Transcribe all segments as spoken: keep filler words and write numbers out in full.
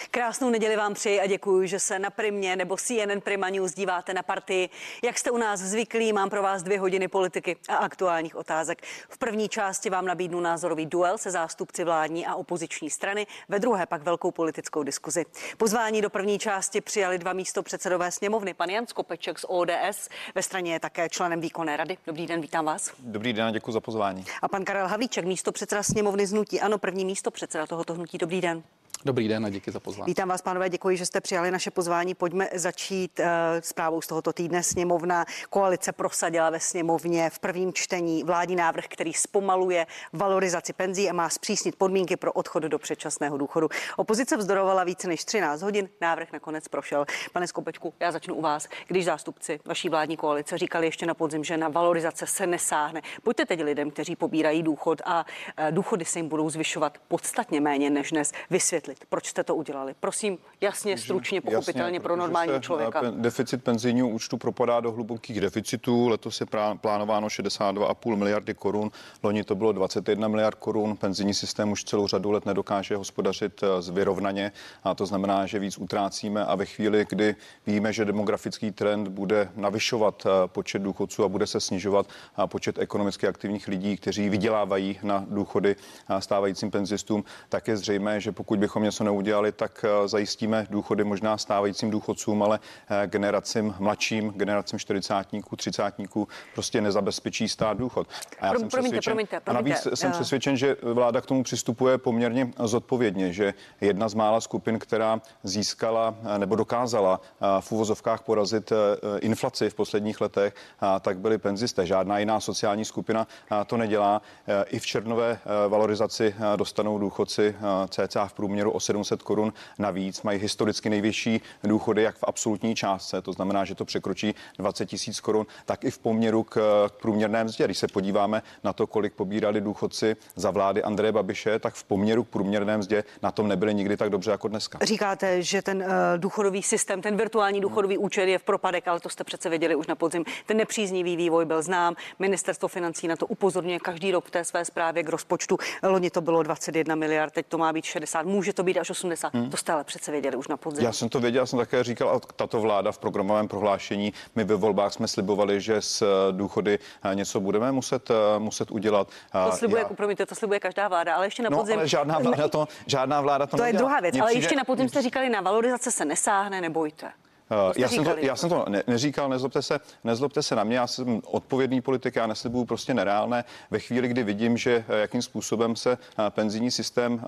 Krásnou neděli vám přeji a děkuji, že se na Primě nebo C N N Prima News díváte na Partii. Jak jste u nás zvyklí, mám pro vás dvě hodiny politiky a aktuálních otázek. V první části vám nabídnu názorový duel se zástupci vládní a opoziční strany, ve druhé pak velkou politickou diskuzi. Pozvání do první části přijali dva místopředsedové sněmovny, pan Jan Skopeček z O D S, ve straně je také členem výkonné rady. Dobrý den, vítám vás. Dobrý den, děkuji za pozvání. A pan Karel Havlíček, místopředseda sněmovny z hnutí ANO, první místopředseda tohoto hnutí. Dobrý den. Dobrý den a díky za pozvání. Vítám vás, pánové, děkuji, že jste přijali naše pozvání. Pojďme začít uh, zprávou z tohoto týdne. Sněmovna koalice prosadila ve sněmovně v prvním čtení vládní návrh, který zpomaluje valorizaci penzí a má zpřísnit podmínky pro odchod do předčasného důchodu. Opozice vzdorovala více než třináct hodin, návrh nakonec prošel. Pane Skopečku, já začnu u vás. Když zástupci vaší vládní koalice říkali ještě na podzim, že na valorizace se nesáhne, pojďte teď lidem, kteří pobírají důchod a uh, důchody se jim budou zvyšovat podstatně méně než dnes, vysvětlit, proč jste to udělali. Prosím, jasně, stručně, pochopitelně jasně, pro normální člověka. Deficit penzijního účtu propadá do hlubokých deficitů. Letos je plánováno šedesát dva a půl miliardy korun. Loni to bylo dvacet jedna miliard korun. Penzijní systém už celou řadu let nedokáže hospodařit vyrovnaně, a to znamená, že víc utrácíme, a ve chvíli, kdy víme, že demografický trend bude navyšovat počet důchodců a bude se snižovat počet ekonomicky aktivních lidí, kteří vydělávají na důchody stávajícím penzistům, tak je zřejmé, že pokud bychom něco neudělali, tak zajistíme důchody možná stávajícím důchodcům, ale generacím mladším, generacím čtyřicátníků, třicátníků prostě nezabezpečí stát důchod. A já Pro, jsem promiňte, přesvědčen, promiňte, a navíc promiňte. jsem přesvědčen, že vláda k tomu přistupuje poměrně zodpovědně, že jedna z mála skupin, která získala nebo dokázala v uvozovkách porazit inflaci v posledních letech, tak byly penzisté. Žádná jiná sociální skupina to nedělá. I v červnové valorizaci dostanou důchodci cca v průměru o sedm set korun navíc, mají historicky nejvyšší důchody jak v absolutní částce, to znamená, že to překročí dvacet tisíc korun, tak i v poměru k, k průměrné mzdě. Když se podíváme na to, kolik pobírali důchodci za vlády Andreje Babiše, tak v poměru k průměrné mzdě na tom nebyli nikdy tak dobře jako dneska. Říkáte, že ten uh, důchodový systém, ten virtuální důchodový hmm. účet je v propadek, ale to jste přece věděli už na podzim. Ten nepříznivý vývoj byl znám. Ministerstvo financí na to upozorňuje každý rok v té své zprávě k rozpočtu. Loni to bylo dvacet jedna miliard, teď to má být šedesát, může to být až osmdesát. Hmm. To jste ale přece věděli už na podzim. Já jsem to věděl, jsem také říkal, a tato vláda v programovém prohlášení, my ve volbách jsme slibovali, že s důchody něco budeme muset, muset udělat. To slibuje, Já... promiňte, to slibuje každá vláda, ale ještě na podzim. No, ale žádná vláda to, žádná vláda to To nedělá. je druhá věc, Mně ale přijde... ještě na podzim jste říkali, na valorizace se nesáhne, nebojte. Já jsem, to, já jsem to ne, neříkal, nezlobte se, nezlobte se na mě, já jsem odpovědný politik, já neslibuju prostě nereálné. Ve chvíli, kdy vidím, že jakým způsobem se penzijní systém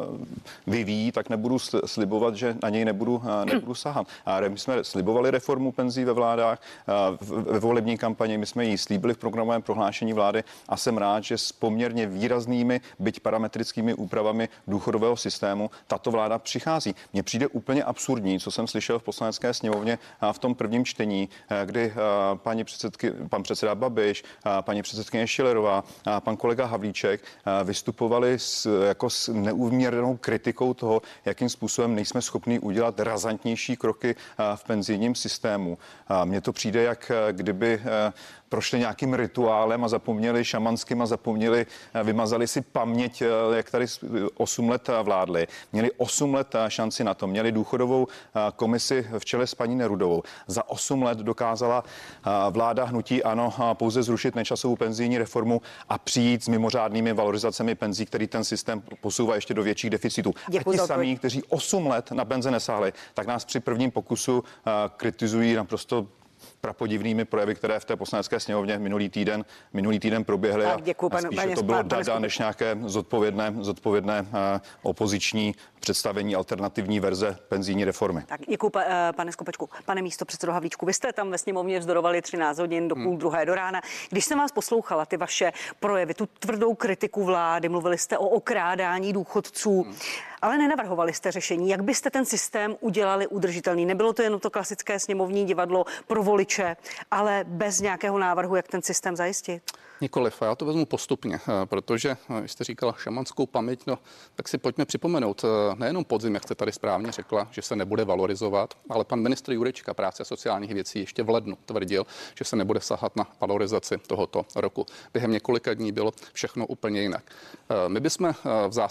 vyvíjí, tak nebudu slibovat, že na něj nebudu, nebudu sahat. A my jsme slibovali reformu penzí ve vládách, ve volební kampani, my jsme ji slíbili v programovém prohlášení vlády a jsem rád, že s poměrně výraznými, byť parametrickými úpravami důchodového systému tato vláda přichází. Mně přijde úplně absurdní, co jsem slyšel v poslanecké sněmovně v tom prvním čtení, kdy paní předsedky, pan předseda Babiš, paní předsedkyně Schillerová, pan kolega Havlíček vystupovali s, jako s neúměrnou kritikou toho, jakým způsobem nejsme schopni udělat razantnější kroky v penzijním systému. Mně to přijde, jak kdyby prošli nějakým rituálem a zapomněli šamanským a zapomněli, vymazali si paměť, jak tady osm let vládli. Měli osm let šanci na to. Měli důchodovou komisi v čele s paní Nerudovou. Za osm let dokázala vláda hnutí ANO pouze zrušit Nečasovu penzijní reformu a přijít s mimořádnými valorizacemi penzí, který ten systém posouvá ještě do větších deficitů. Děkuji. A ti samí, kteří osm let na penze nesáhli, tak nás při prvním pokusu kritizují naprosto prapodivnými projevy, které v té poslanecké sněmovně minulý týden, minulý týden proběhly. Tak, děkuji, a, a spíše to bylo dada než nějaké zodpovědné, zodpovědné uh, opoziční představení alternativní verze penzijní reformy. Tak děkuji, pa, pane Skopečku. Pane místopředsedo Havlíčku, vy jste tam ve sněmovně vzdorovali třináct hodin do půl druhé do rána. Když jsem vás poslouchala, ty vaše projevy, tu tvrdou kritiku vlády, mluvili jste o okrádání důchodců, hmm. ale nenavrhovali jste řešení. Jak byste ten systém udělali udržitelný? Nebylo to jenom to klasické sněmovní divadlo pro voliče, ale bez nějakého návrhu, jak ten systém zajistit? Nikoliv, já to vezmu postupně, protože jste říkala šamanskou paměť, no tak si pojďme připomenout, nejenom podzim, jak jste tady správně řekla, že se nebude valorizovat, ale pan ministr Jurečka práce a sociálních věcí ještě v lednu tvrdil, že se nebude sahat na valorizaci tohoto roku. Během několika dní bylo všechno úplně jinak. My bychom v zásadě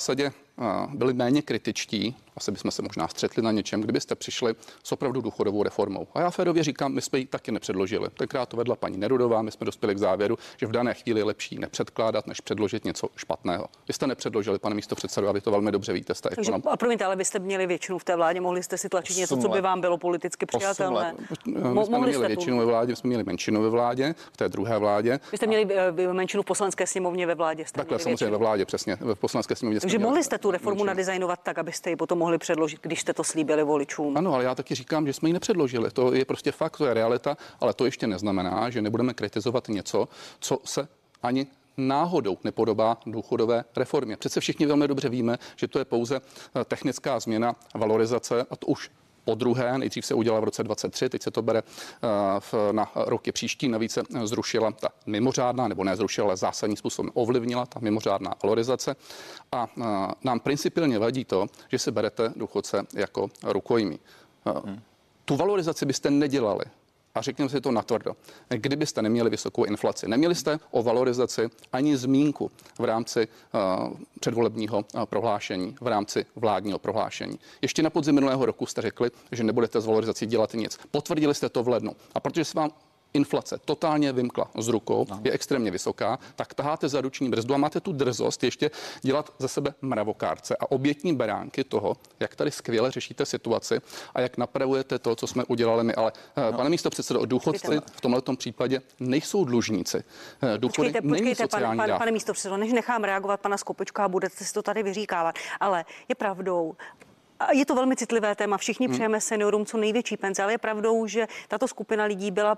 byli méně kritičtí, asi bychom se možná střetli na něčem, kdybyste přišli s opravdu důchodovou reformou. A já férově říkám, my jsme ji taky nepředložili. Tenkrát to vedla paní Nerudová, my jsme dospěli k závěru, že v dané chvíli je lepší nepředkládat, než předložit něco špatného. Vy jste nepředložili, pane místopředsedo, a vy to velmi dobře víte. Jste Takže, a promiňte, ale vy jste měli většinu v té vládě, mohli jste si tlačit něco, co by vám bylo politicky přijatelné. My jsme neměli většinu ve vládě, my jsme měli menšinu ve vládě, v té druhé vládě. Vy jste měli menšinu v poslanecké sněmovně ve vládě. Takhle samozřejmě ve vládě, přesně, v poslanecké sněmovně. Takže mohli jste tu reformu nadizajnovat tak, abyste ji potom mohli předložit, když jste to slíbili voličům. Ano, ale já taky říkám, že jsme ji nepředložili. To je prostě fakt, to je realita, ale to ještě neznamená, že nebudeme kritizovat něco, co se ani náhodou nepodobá důchodové reformě. Přece všichni velmi dobře víme, že to je pouze technická změna valorizace a to už po druhé, nejdřív se udělala v roce dvacet tři, teď se to bere na roky příští, navíc se zrušila ta mimořádná, nebo ne zrušila, ale zásadním způsobem ovlivnila ta mimořádná valorizace a nám principiálně vadí to, že si berete důchodce jako rukojmí. Hmm. Tu valorizaci byste nedělali. A řekněme si to natvrdo. Kdybyste neměli vysokou inflaci, neměli jste o valorizaci ani zmínku v rámci uh, předvolebního uh, prohlášení, v rámci vládního prohlášení. Ještě na podzim minulého roku jste řekli, že nebudete s valorizací dělat nic. Potvrdili jste to v lednu. A protože se vám inflace totálně vymkla z rukou, je extrémně vysoká, tak taháte za ruční brzdu a máte tu drzost ještě dělat ze sebe mravokárce a obětní beránky toho, jak tady skvěle řešíte situaci a jak napravujete to, co jsme udělali my. Ale no. Pane místopředsedo, důchodci v tomto případě nejsou dlužníci. Důchody počkejte, není počkejte, sociální pan, pan, dávka. Pane místopředsedo, než nechám reagovat pana Skopečka a budete si to tady vyříkávat, ale je pravdou, a je to velmi citlivé téma. Všichni hmm. přejeme seniorům co největší penze, ale je pravdou, že tato skupina lidí byla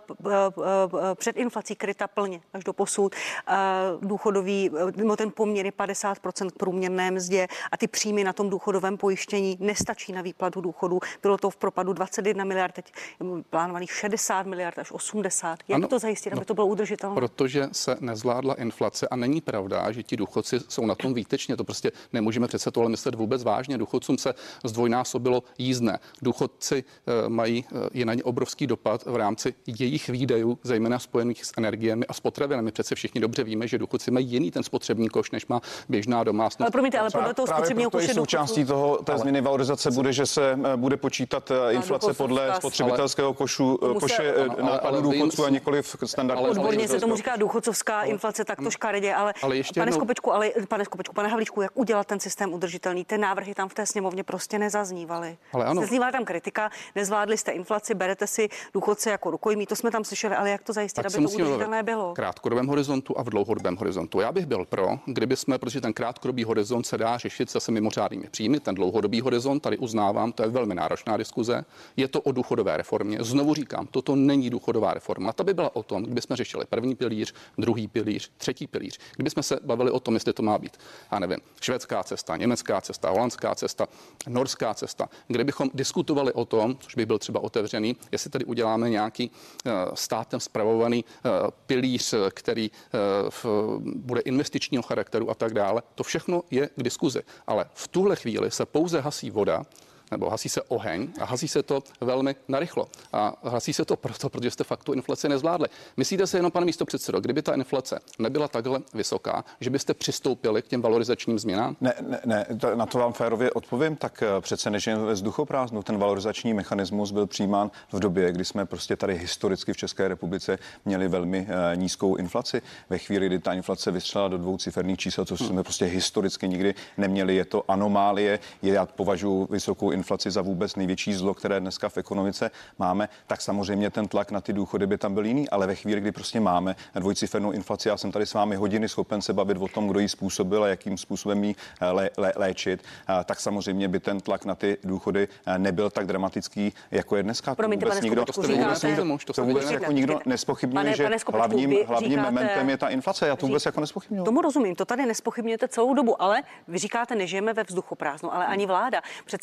před inflací kryta plně až do posud. Důchodový, no ten poměr je padesát procent k průměrné mzdě a ty příjmy na tom důchodovém pojištění nestačí na výplatu důchodů. Bylo to v propadu dvacet jedna miliard, teď plánovaných šedesát miliard až osmdesát. Jak ano, to zajistit, aby no, to bylo udržitelné? Protože se nezvládla inflace a není pravda, že ti důchodci jsou na tom výtečně. To prostě nemůžeme přece tohle myslet vůbec vážně. Důchodcům se zdvojnásobilo jízdné. Důchodci e, mají, e, je na ně obrovský dopad v rámci jejich výdajů, zejména spojených s energiemi a s potravinami. Přece všichni dobře víme, že důchodci mají jiný ten spotřební koš, než má běžná domácnost. Ale promiňte, ale podle toho spotřebního koše součástí toho té změny valorizace bude, že se bude počítat inflace podle spotřebitelského košu, koše nákladů důchodců a nikoliv standardů. Odborně se tomu říká důchodcovská ale, inflace, tak to škaredě, ale, ale ještě pane jednou... Skopečku, ale pane Skopečku, pane Havlíčku, jak udělat ten systém udržitelný? Ty návrhy tam v té sněmovně prostě nezaznívaly. Ale ano. Neznívá tam kritika, nezvládli jste inflaci, berete si důchodce jako rukojmí, to jsme tam slyšeli, ale jak to zajistit, tak aby to udržitelné bylo? V krátkodobém horizontu a v dlouhodobém horizontu. Já bych byl pro, kdyby jsme, protože ten krátkodobý horizont se dá řešit zase mimořádnými příjmy, ten dlouhodobý horizont, tady uznávám, to je velmi náročná diskuze. Je to o důchodové reformě. Znovu říkám, toto není důchodová reforma. Ta by byla o tom, kdybychom řešili první pilíř, druhý pilíř, třetí pilíř. Kdybychom se bavili o tom, jestli to má být, já nevím, švédská cesta, německá cesta, holandská cesta, norská cesta, kde bychom diskutovali o tom, což by byl třeba otevřený, jestli tady uděláme nějaký uh, státem spravovaný uh, pilíř, který uh, v, bude investičního charakteru a tak dále. To všechno je k diskuzi. Ale v tuhle chvíli se pouze hasí voda, nebo hasí se oheň a hasí se to velmi narychlo. A hasí se to proto, protože jste fakt tu inflaci nezvládli. Myslíte si jenom, pane místopředsedo, kdyby ta inflace nebyla takhle vysoká, že byste přistoupili k těm valorizačním změnám? Ne, ne, ne na to vám férově odpovím, tak přece nežijeme ve vzduchoprázdnu. Ten valorizační mechanismus byl přijímán v době, kdy jsme prostě tady historicky v České republice měli velmi uh, nízkou inflaci. Ve chvíli, kdy ta inflace vystřelila do dvouciferných čísel, což hmm. jsme prostě historicky nikdy neměli, je to anomálie. Já považuji vysokou inflaci inflaci za vůbec největší zlo, které dneska v ekonomice máme, tak samozřejmě ten tlak na ty důchody by tam byl jiný, ale ve chvíli, kdy prostě máme dvojcifernou inflaci, já jsem tady s vámi hodiny schopen se bavit o tom, kdo ji způsobil a jakým způsobem ji lé, lé, léčit, tak samozřejmě by ten tlak na ty důchody nebyl tak dramatický, jako je dneska. Promiňte, to vůbec nikdo, to vůbec, to to vůbec jako nikdo nespochybňuje, že hlavním, hlavním momentem je ta inflace. Já to vůbec jako nespochybňuji. Tomu rozumím, to tady nespochybňujete celou dobu, ale vy říkáte, nežijeme ve vzduchoprázdnu, ale ani vláda. Přece vláda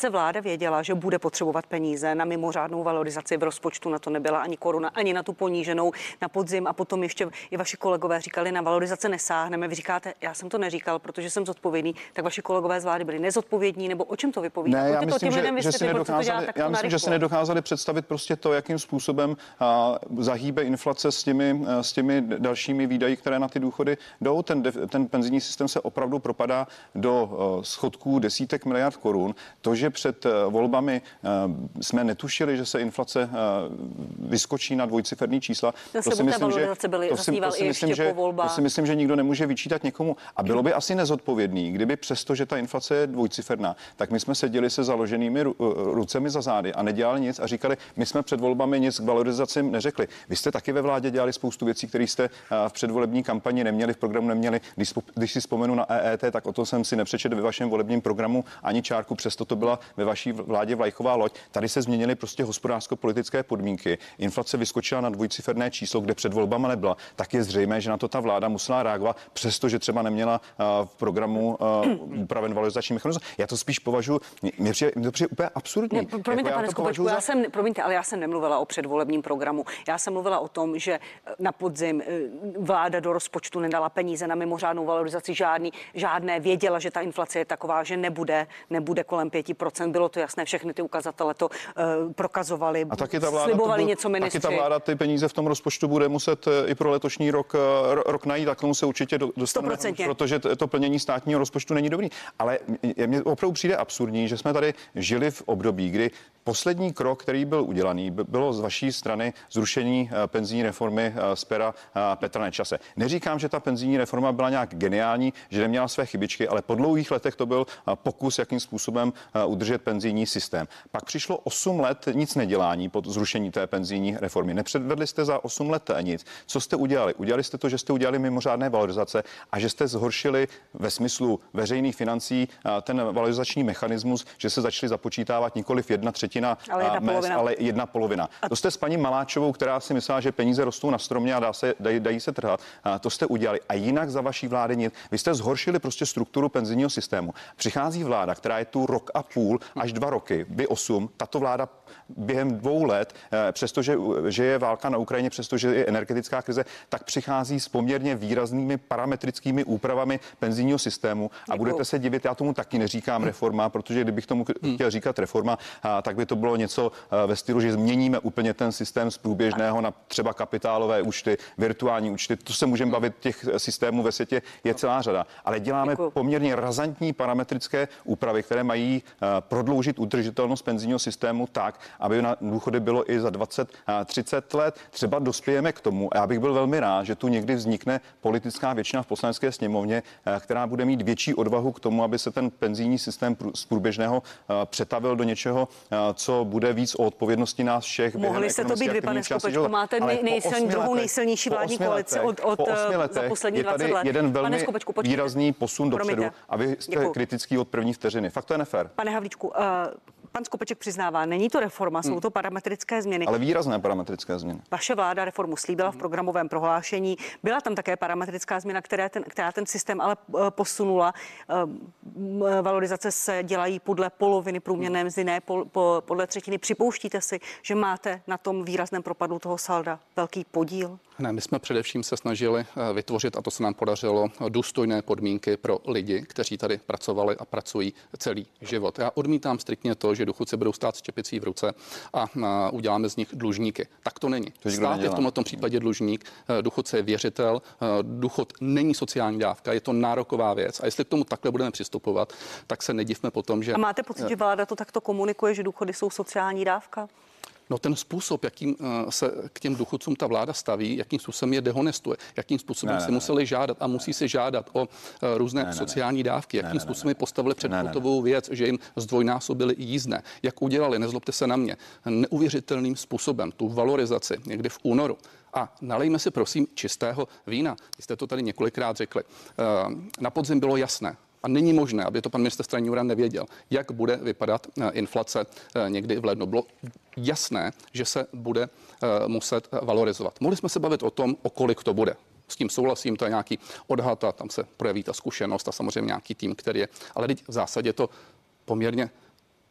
věděla, že bude potřebovat peníze na mimořádnou valorizaci, v rozpočtu na to nebyla ani koruna, ani na tu poníženou na podzim, a potom ještě i vaši kolegové říkali, na valorizace nesáhneme. Vy říkáte, já jsem to neříkal, protože jsem zodpovědný, tak vaši kolegové z vlády byli nezodpovědní, nebo o čem to vypovídá? Ne, já myslím, že, že si nedokázali, já myslím, že si nedokázali představit prostě to, jakým způsobem a, zahýbe inflace s těmi, s těmi dalšími výdaji, které na ty důchody jdou. Ten, ten penzijní systém se opravdu propadá do uh, schodků desítek miliard korun. To, že před uh, volbami uh, jsme netušili, že se inflace uh, vyskočí na dvojciferný čísla, to si myslím, že to si, to si myslím, že to si myslím, že nikdo nemůže vyčítat někomu. A bylo by asi nezodpovědný, kdyby přesto, že ta inflace je dvojciferná, tak my jsme seděli se založenými ru, rucemi za zády a nedělali nic a říkali, my jsme před volbami nic k valorizacím neřekli. Vy jste taky ve vládě dělali spoustu věcí, které jste uh, v předvolební kampani neměli, v programu neměli. Když, když si vzpomenu na E E T, tak o to jsem si nepřečetl ve vašem volebním programu ani čárku, přesto to byla ve vaší vládě vlajková loď. Tady se změnily prostě hospodářsko-politické podmínky. Inflace vyskočila na dvojciferné číslo, kde před volbama nebyla. Tak je zřejmé, že na to ta vláda musela reagovat, přestože třeba neměla uh, v programu uh, upraven valorizační mechanismus. Já to spíš považuji, mě přijde, mě to přijde úplně absurdní. Ne, promiňte, jako pane Skopečku, já, za... já jsem, promiňte, ale já jsem nemluvila o předvolebním programu. Já jsem mluvila o tom, že na podzim vláda do rozpočtu nedala peníze na mimořádnou valorizaci žádný, žádné, věděla, že ta inflace je taková, že nebude, nebude kolem pěti procent. Bylo to jasné, všechny ty ukazatele to uh, prokazovali, a taky ta vláda slibovali to, něco ministři. Taky ta vláda ty peníze v tom rozpočtu bude muset i pro letošní rok, rok najít, tak tomu se určitě dostaneme, protože to plnění státního rozpočtu není dobrý. Ale mně opravdu přijde absurdní, že jsme tady žili v období, kdy poslední krok, který byl udělaný, bylo z vaší strany zrušení penzijní reformy z pera Petra Nečase. Neříkám, že ta penzijní reforma byla nějak geniální, že neměla své chybičky, ale po dlouhých letech to byl pokus, jakým způsobem udržet penzijní systém. Pak přišlo osm let nic nedělání pod zrušení té penzijní reformy. Nepředvedli jste za osm let nic. Co jste udělali? Udělali jste to, že jste udělali mimořádné valorizace a že jste zhoršili ve smyslu veřejných financí ten valorizační mechanismus, že se začaly započítávat nikoliv jedna třetina, ale jedna, mez, polovina. Ale jedna polovina. A to jste s paní Maláčovou, která si myslela, že peníze rostou na stromě a dá se, dají, dají se trhat. A to jste udělali. A jinak za vaší vlády nic. Vy jste zhoršili prostě strukturu penzijního systému. Přichází vláda, která je tu rok a půl až dva roky, by osm. Tato vláda během dvou let, přestože že je válka na Ukrajině, přestože je energetická krize, tak přichází s poměrně výraznými parametrickými úpravami penzijního systému. A Děkuju. Budete se divit, já tomu taky neříkám reforma, protože kdybych tomu chtěl říkat reforma, tak by to bylo něco ve stylu, že změníme úplně ten systém z průběžného na třeba kapitálové účty, virtuální účty. To se můžeme bavit, těch systémů ve světě je celá řada. Ale děláme Děkuju. Poměrně razantní parametrické úpravy, které mají prodloužit udržitelnost penzijního systému tak, aby na důchody bylo i za dvacet třicet let. Třeba dospějeme k tomu, a já bych byl velmi rád, že tu někdy vznikne politická většina v Poslanecké sněmovně, která bude mít větší odvahu k tomu, aby se ten penzijní systém z průběžného přetavil do něčeho, co bude víc o odpovědnosti nás všech. Mohli se to být vy, pane Skopečku, máte nej, nejsilň, druhou nejsilnější vládní koalici od, od za poslední dvacet let. Jeden velmi Skopečku, výrazný posun dopředu a vy jste Děkuju. Kritický od první vteřiny. Fakt to je nefér. Pane Havlíčku, uh, pan Skopeček přiznává, není to reforma, jsou to parametrické změny. Ale výrazné parametrické změny. Vaše vláda reformu slíbila v programovém prohlášení. Byla tam také parametrická změna, která ten, která ten systém ale posunula. Valorizace se dělají podle poloviny průměrné mzdy, ne podle třetiny. Připouštíte si, že máte na tom výrazném propadu toho salda velký podíl? Ne, my jsme především se snažili vytvořit, a to se nám podařilo, důstojné podmínky pro lidi, kteří tady pracovali a pracují celý život. Já odmítám striktně to, že důchodci budou stát s čepicí v ruce a, a uděláme z nich dlužníky. Tak to není. To Stát je v tomto případě dlužník, důchodce je věřitel, důchod není sociální dávka, je to nároková věc. A jestli k tomu takhle budeme přistupovat, tak se nedivme potom, že... A máte pocit, že vláda to takto komunikuje, že důchody jsou sociální dávka? No ten způsob, jakým se k těm důchodcům ta vláda staví, jakým způsobem je dehonestuje, jakým způsobem ne, si ne, museli ne. žádat a musí si žádat o různé ne, sociální dávky, jakým ne, způsobem ne, postavili před hotovou věc, že jim zdvojnásobili jízdné, jak udělali, nezlobte se na mě, neuvěřitelným způsobem tu valorizaci někdy v únoru. A nalejme si prosím čistého vína. Vy jste to tady několikrát řekli. Na podzim bylo jasné, a není možné, aby to pan ministr Stanjura nevěděl, jak bude vypadat inflace někdy v lednu. Bylo jasné, že se bude muset valorizovat. Mohli jsme se bavit o tom, o kolik to bude. S tím souhlasím, to je nějaký odhad a tam se projeví ta zkušenost a samozřejmě nějaký tým, který je. Ale teď v zásadě to poměrně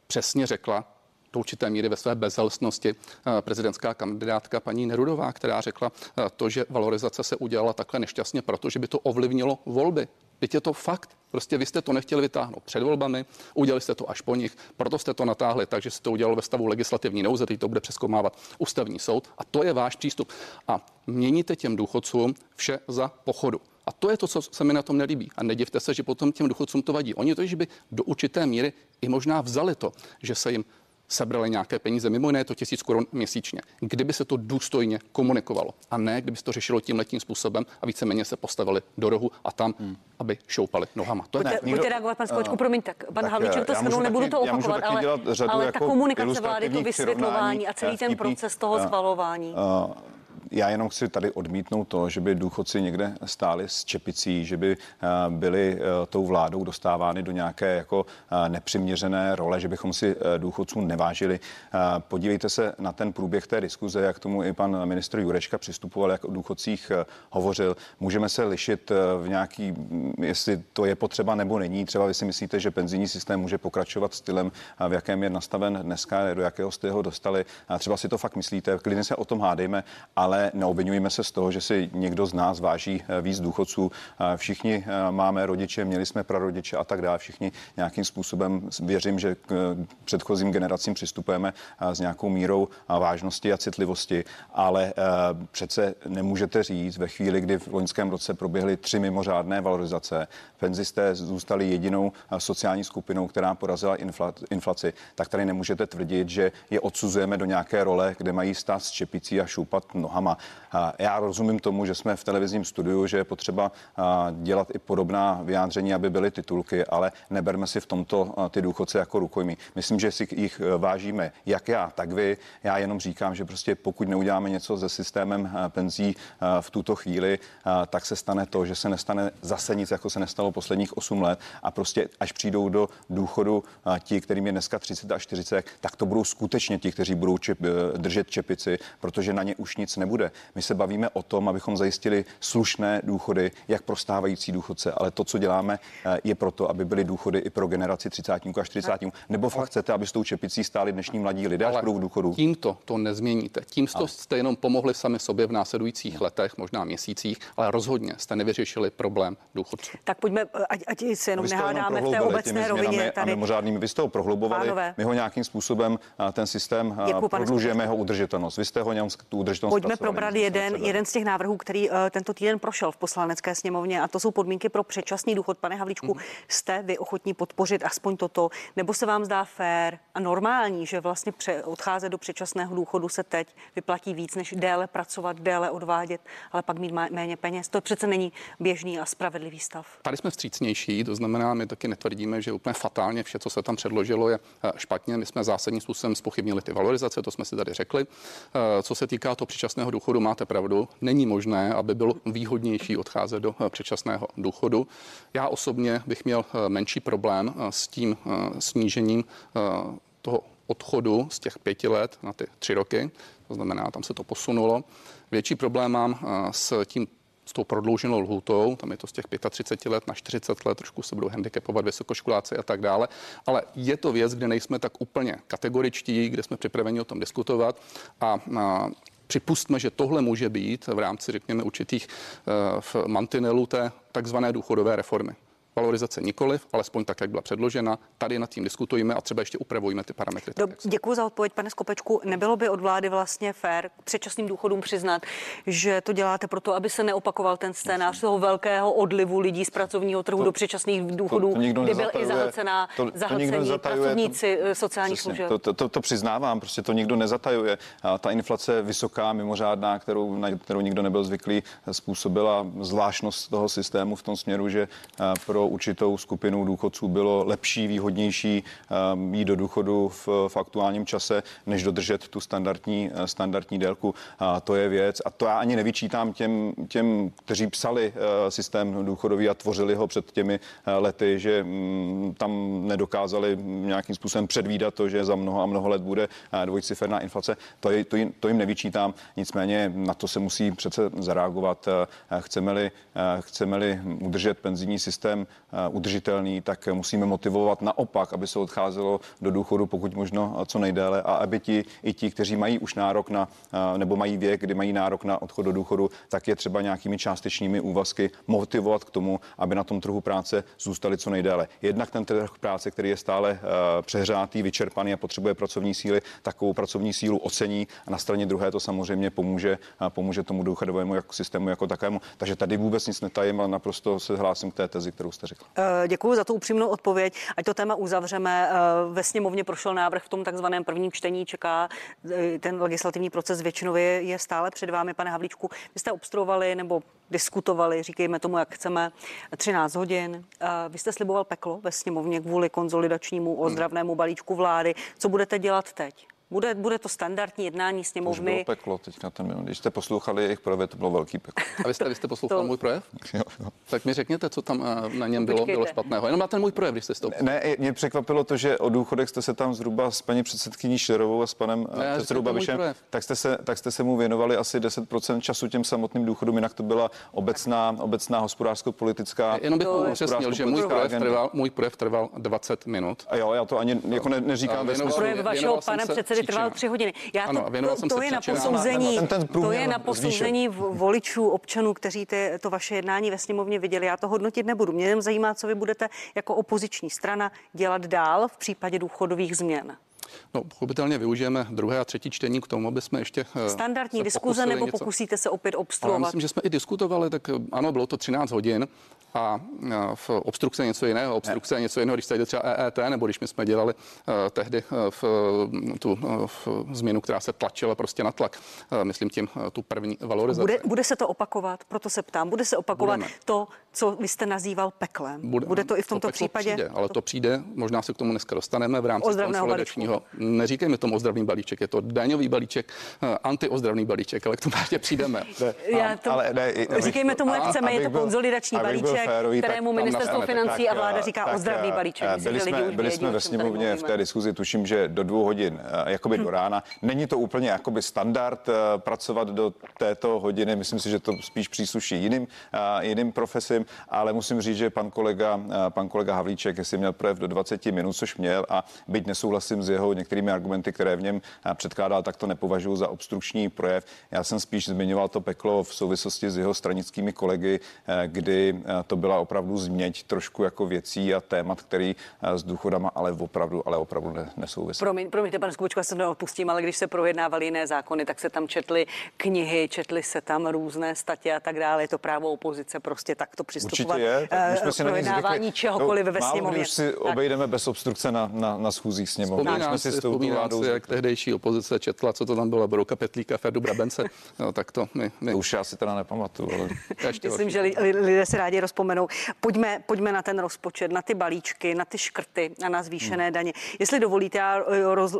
přesně řekla do určité míry ve své bezhelstnosti prezidentská kandidátka paní Nerudová, která řekla to, že valorizace se udělala takhle nešťastně, protože by to ovlivnilo volby. Teď je to fakt. Prostě vy jste to nechtěli vytáhnout před volbami, udělali jste to až po nich, proto jste to natáhli, takže se to udělalo ve stavu legislativní nouze, teď to bude přezkoumávat ústavní soud a to je váš přístup. A měníte těm důchodcům vše za pochodu. A to je to, co se mi na tom nelíbí. A nedivte se, že potom těm důchodcům to vadí. Oni to již by do určité míry i možná vzali to, že se jim sebrali nějaké peníze, mimo jiné je to tisíc korun měsíčně. Kdyby se to důstojně komunikovalo a ne, kdyby se to řešilo tímhletím způsobem a víceméně se postavili do rohu a tam, hmm. aby šoupali nohama. To pojďte, ne, pojďte reagovat, pan Skočku, promiň, tak pan Havlíček to shrnul, nebudu to opakovat, ale, ale ta komunikace vlády, to vysvětlování a celý ten proces toho schvalování. Uh, uh, Já jenom chci tady odmítnout to, že by důchodci někde stáli s čepicí, že by byli tou vládou dostávány do nějaké jako nepřiměřené role, že bychom si důchodcům nevážili. Podívejte se na ten průběh té diskuze, jak tomu i pan ministr Jurečka přistupoval, jak o důchodcích hovořil. Můžeme se lišit v nějaký, jestli to je potřeba nebo není. Třeba vy si myslíte, že penzijní systém může pokračovat stylem, v jakém je nastaven dneska, do jakého jste ho dostali. Třeba si to fakt myslíte, klidně se o tom hádejme, ale neobvinujeme se z toho, že si někdo z nás váží víc důchodců. Všichni máme rodiče, měli jsme prarodiče a tak dále. Všichni nějakým způsobem věřím, že k předchozím generacím přistupujeme s nějakou mírou vážnosti a citlivosti, ale přece nemůžete říct ve chvíli, kdy v loňském roce proběhly tři mimořádné valorizace, penzisté zůstali jedinou sociální skupinou, která porazila inflaci, tak tady nemůžete tvrdit, že je odsuzujeme do nějaké role, kde mají stát s čepicí a šoupat nohama. Já rozumím tomu, že jsme v televizním studiu, že je potřeba dělat i podobná vyjádření, aby byly titulky, ale neberme si v tomto ty důchodce jako rukojmí. Myslím, že si jich vážíme jak já, tak vy. Já jenom říkám, že prostě pokud neuděláme něco se systémem penzí v tuto chvíli, tak se stane to, že se nestane zase nic, jako se nestalo posledních osm let a prostě až přijdou do důchodu ti, kterým je dneska třicet a čtyřicet, tak to budou skutečně ti, kteří budou čep, držet čepici, protože na ně už nic nebude. My se bavíme o tom, abychom zajistili slušné důchody, jak pro stávající důchodce, ale to, co děláme, je proto, aby byly důchody i pro generaci třicátníků a čtyřicátníků. Nebo fakt chcete, aby s tou čepicí stáli dnešní mladí lidé, až budou v důchodu? Tímto to nezměníte. Tím ale. jste jenom pomohli sami sobě v následujících letech, možná měsících, ale rozhodně jste nevyřešili problém důchodců. Tak pojďme, ať, ať se jenom nehádáme v té obecné rovině. Tady. A mimořádnými, vy jste ho prohlubovali, Pánové. My ho nějakým způsobem ten systém Děkuju, prodlužujeme jeho udržitelnost. Vy jste ho nějak tu udržitelnost. Pojďme probrat jeden, jeden z těch návrhů, který uh, tento týden prošel v Poslanecké sněmovně, a to jsou podmínky pro předčasný důchod. Pane Havlíčku, mm. jste vy ochotní podpořit aspoň toto, nebo se vám zdá fér a normální, že vlastně pře- odcházet do předčasného důchodu se teď vyplatí víc, než déle pracovat, déle odvádět, ale pak mít méně peněz? To přece není běžný a spravedlivý stav. Tady jsme vstřícnější, to znamená, my taky netvrdíme, že úplně fatálně vše, co se tam předložilo, je špatně. My jsme zásadním způsobem zpochybnili ty valorizace, to jsme si tady řekli. Co se týká toho předčasného důchodu, máte pravdu, není možné, aby bylo výhodnější odcházet do předčasného důchodu. Já osobně bych měl menší problém s tím snížením toho odchodu z těch pěti let na ty tři roky, to znamená, tam se to posunulo. Větší problém mám s tím s tou prodlouženou lhůtou, tam je to z těch třicet pět let na čtyřicet let, trošku se budou handicapovat vysokoškoláci a tak dále, ale je to věc, kde nejsme tak úplně kategoričtí, kde jsme připraveni o tom diskutovat a, a připustme, že tohle může být v rámci, řekněme, určitých uh, v mantinelu té takzvané důchodové reformy. Valorizace nikoliv, alespoň tak, jak byla předložena. Tady nad tím diskutujeme a třeba ještě upravujeme ty parametry. Do, děkuji za odpověď, pane Skopečku. Nebylo by od vlády vlastně fér k předčasným důchodům přiznat, že to děláte proto, aby se neopakoval ten scénář toho velkého odlivu lidí z pracovního trhu to, do předčasných důchodů, to, to kdy byl i zahlcená, to, to zahlcení pracovníci to, sociálních služeb. To, to, to, to přiznávám, prostě to nikdo nezatajuje. A ta inflace vysoká, mimořádná, kterou, na kterou nikdo nebyl zvyklý, způsobila zvláštnost toho systému v tom směru, že pro určitou skupinu důchodců bylo lepší, výhodnější um, jít do důchodu v, v aktuálním čase, než dodržet tu standardní, standardní délku. A to je věc. A to já ani nevyčítám těm, těm kteří psali uh, systém důchodový a tvořili ho před těmi uh, lety, že um, tam nedokázali nějakým způsobem předvídat to, že za mnoho a mnoho let bude uh, dvojciferná inflace. To, je, to, jim, to jim nevyčítám. Nicméně na to se musí přece zareagovat. Uh, chceme-li, uh, chceme-li udržet penzijní systém udržitelný, tak musíme motivovat naopak, aby se odcházelo do důchodu pokud možno co nejdéle a aby ti i ti, kteří mají už nárok na nebo mají věk, kdy mají nárok na odchod do důchodu, tak je třeba nějakými částečnými úvazky motivovat k tomu, aby na tom trhu práce zůstali co nejdéle. Jednak ten trh práce, který je stále přehřátý, vyčerpaný a potřebuje pracovní síly, takovou pracovní sílu ocení a na straně druhé to samozřejmě pomůže, pomůže tomu důchodovému jako systému jako takovému. Takže tady vůbec nic netajím, ale naprosto se hlásím k té tezi, kterou jste řekl. Děkuji za tu upřímnou odpověď. Ať to téma uzavřeme. Ve sněmovně prošel návrh v tom takzvaném prvním čtení, čeká ten legislativní proces většinově je stále před vámi, pane Havlíčku. Vy jste obstruovali nebo diskutovali, říkejme tomu, jak chceme, třináct hodin. Vy jste sliboval peklo ve sněmovně kvůli konsolidačnímu ozdravnému balíčku vlády. Co budete dělat teď? Bude, bude to standardní jednání sněmovny. Už bylo peklo teď na ten minut. Když jste poslouchali jejich projev, to bylo velký peklo. A vy jste, vy jste poslouchal to... můj projev? Jo, jo. Tak mi řekněte, co tam na něm bylo, bylo špatného. Jenom na ten můj projev, když jste to... Ne, mě překvapilo to, že o důchodech jste se tam zhruba s paní předsedkyní Šlerovou a s panem ne, předsedou Babišem, tak jste, se, tak jste se mu věnovali asi deset procent času těm samotným důchodům, jinak to byla obecná, obecná hospodářsko-politická. Jenom bych upřesnil, že můj projev, trval, můj projev trval dvacet minut. A jo, já to ani jako ne, neříkám ve smyslu. Projev vašeho pana předsedy trval tři hodiny. Já ano, to, to, to je na posouzení, ten, ten to je na posouzení voličů, občanů, kteří ty, to vaše jednání ve sněmovně viděli. Já to hodnotit nebudu. Mě jen zajímá, co vy budete jako opoziční strana dělat dál v případě důchodových změn. No, pochopitelně využijeme druhé a třetí čtení k tomu, aby jsme ještě standardní diskuze nebo něco. Pokusíte se opět obstruovat? Já myslím, že jsme i diskutovali, tak ano, bylo to třináct hodin a v obstrukce něco jiného, obstrukce je něco jiného, když se jde třeba E E T, nebo když my jsme dělali uh, tehdy v, tu v změnu, která se tlačila prostě na tlak, uh, myslím tím uh, tu první valorizaci. Bude, bude se to opakovat, proto se ptám, bude se opakovat Budeme. to, co vy jste nazýval peklem? Bude, bude to i v tomto to případě? Přijde, ale to... to přijde, možná se k tomu dneska dostaneme v rámci konsolidačního. Neříkejme tomu ozdravný balíček, je to daňový balíček, antiozdravný balíček, ale k tomu ještě přijdeme. Já to, ale ne, říkejme tomu, jak chceme, je to konsolidační balíček, férový, kterému ministerstvo financí tak, a vláda říká tak, ozdravný balíček. Byli jsme, byli vědí, jsme ve sněmovně v té diskuzi, tuším, že do dvou hodin, jakoby do rána. Není to úplně jakoby standard pracovat do této hodiny, myslím si, že to spíš přísluší jiným, jiným profesím, ale musím říct, že pan kolega, pan kolega Havlíček, jestli měl projev do dvacet minut, což měl, a byť nesouhlasím s jeho některými argumenty, které v něm předkládal, tak to nepovažuji za obstrukční projev. Já jsem spíš zmiňoval to peklo v souvislosti s jeho stranickými kolegy, kdy to byla opravdu změť trošku jako věcí a témat, který s důchodama ale opravdu, ale opravdu ne, nesouvisí. Promiň, promiňte, pane Skubečko, já se to neodpustím, ale když se projednávaly jiné zákony, tak se tam četly knihy, četly se tam různé statě a tak dále. Je to právo opozice prostě takto přistupovat. Určitě je. Tak jsme si projednávání čehokoliv no, ve sněmovně. Už si obejdeme bez obstrukce na, na, na schůzích sněmovny. Vzpomínám si, vzpomínám si, jak tehdejší opozice četla, co to tam bylo, Brouka Petlíka, Ferdu Brabence. No, tak to, my, my. to už já si teda nepamatuju. Ale... Myslím, že lidé se rádi rozpomenou. Pojďme, pojďme na ten rozpočet, na ty balíčky, na ty škrty a na zvýšené hmm. daně. Jestli dovolíte, já roz,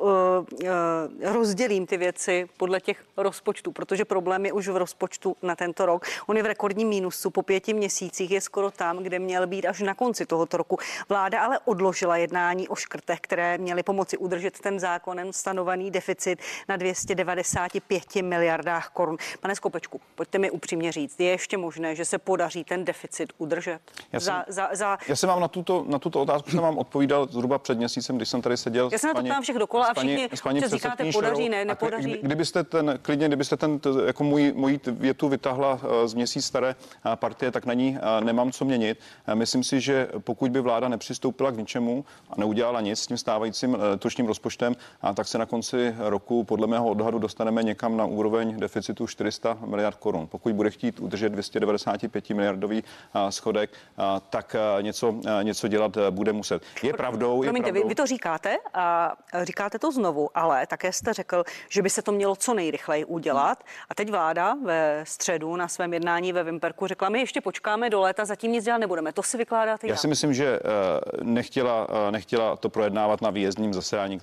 rozdělím ty věci podle těch rozpočtů, protože problém je už v rozpočtu na tento rok. On je v rekordním mínusu, po pěti měsících je skoro tam, kde měl být až na konci tohoto roku. Vláda ale odložila jednání o škrtech, které měly pomoci udržet ten zákonem stanovený deficit na dvě stě devadesát pět miliardách korun. Pane Skopečku, pojďte mi upřímně říct, je ještě možné, že se podaří ten deficit udržet? Já jsem, za, za, za... já jsem vám na tuto, na tuto otázku jsem vám odpovídal zhruba před měsícem, když jsem tady seděl. Já se na to ptám všech dokola a všichni říkáte, podaří, ne, nepodaří. Kdybyste ten, klidně, kdybyste ten, jako můj, moji větu vytáhla z měsíc staré partie, tak na ní nemám co měnit. Myslím si, že pokud by vláda nepřistoupila k ničemu a neudělala nic s tím stávajícím letošním rozpočtem, tak se na konci roku podle mého odhadu dostaneme někam na úroveň deficitu čtyři sta miliard korun. Pokud bude chtít udržet dvě stě devadesát pět miliardový schodek, tak něco, něco dělat bude muset. Je pravdou, je Promiňte, pravdou. Vy, vy to říkáte a říkáte to znovu, ale také jste řekl, že by se to mělo co nejrychleji udělat. A teď vláda ve středu na svém jednání ve Vimperku řekla, my ještě počkáme do léta, zatím nic dělat nebudeme. To si vykládáte já. Já si myslím, že nechtěla, nechtěla to projednávat na výjezdním zasedání, které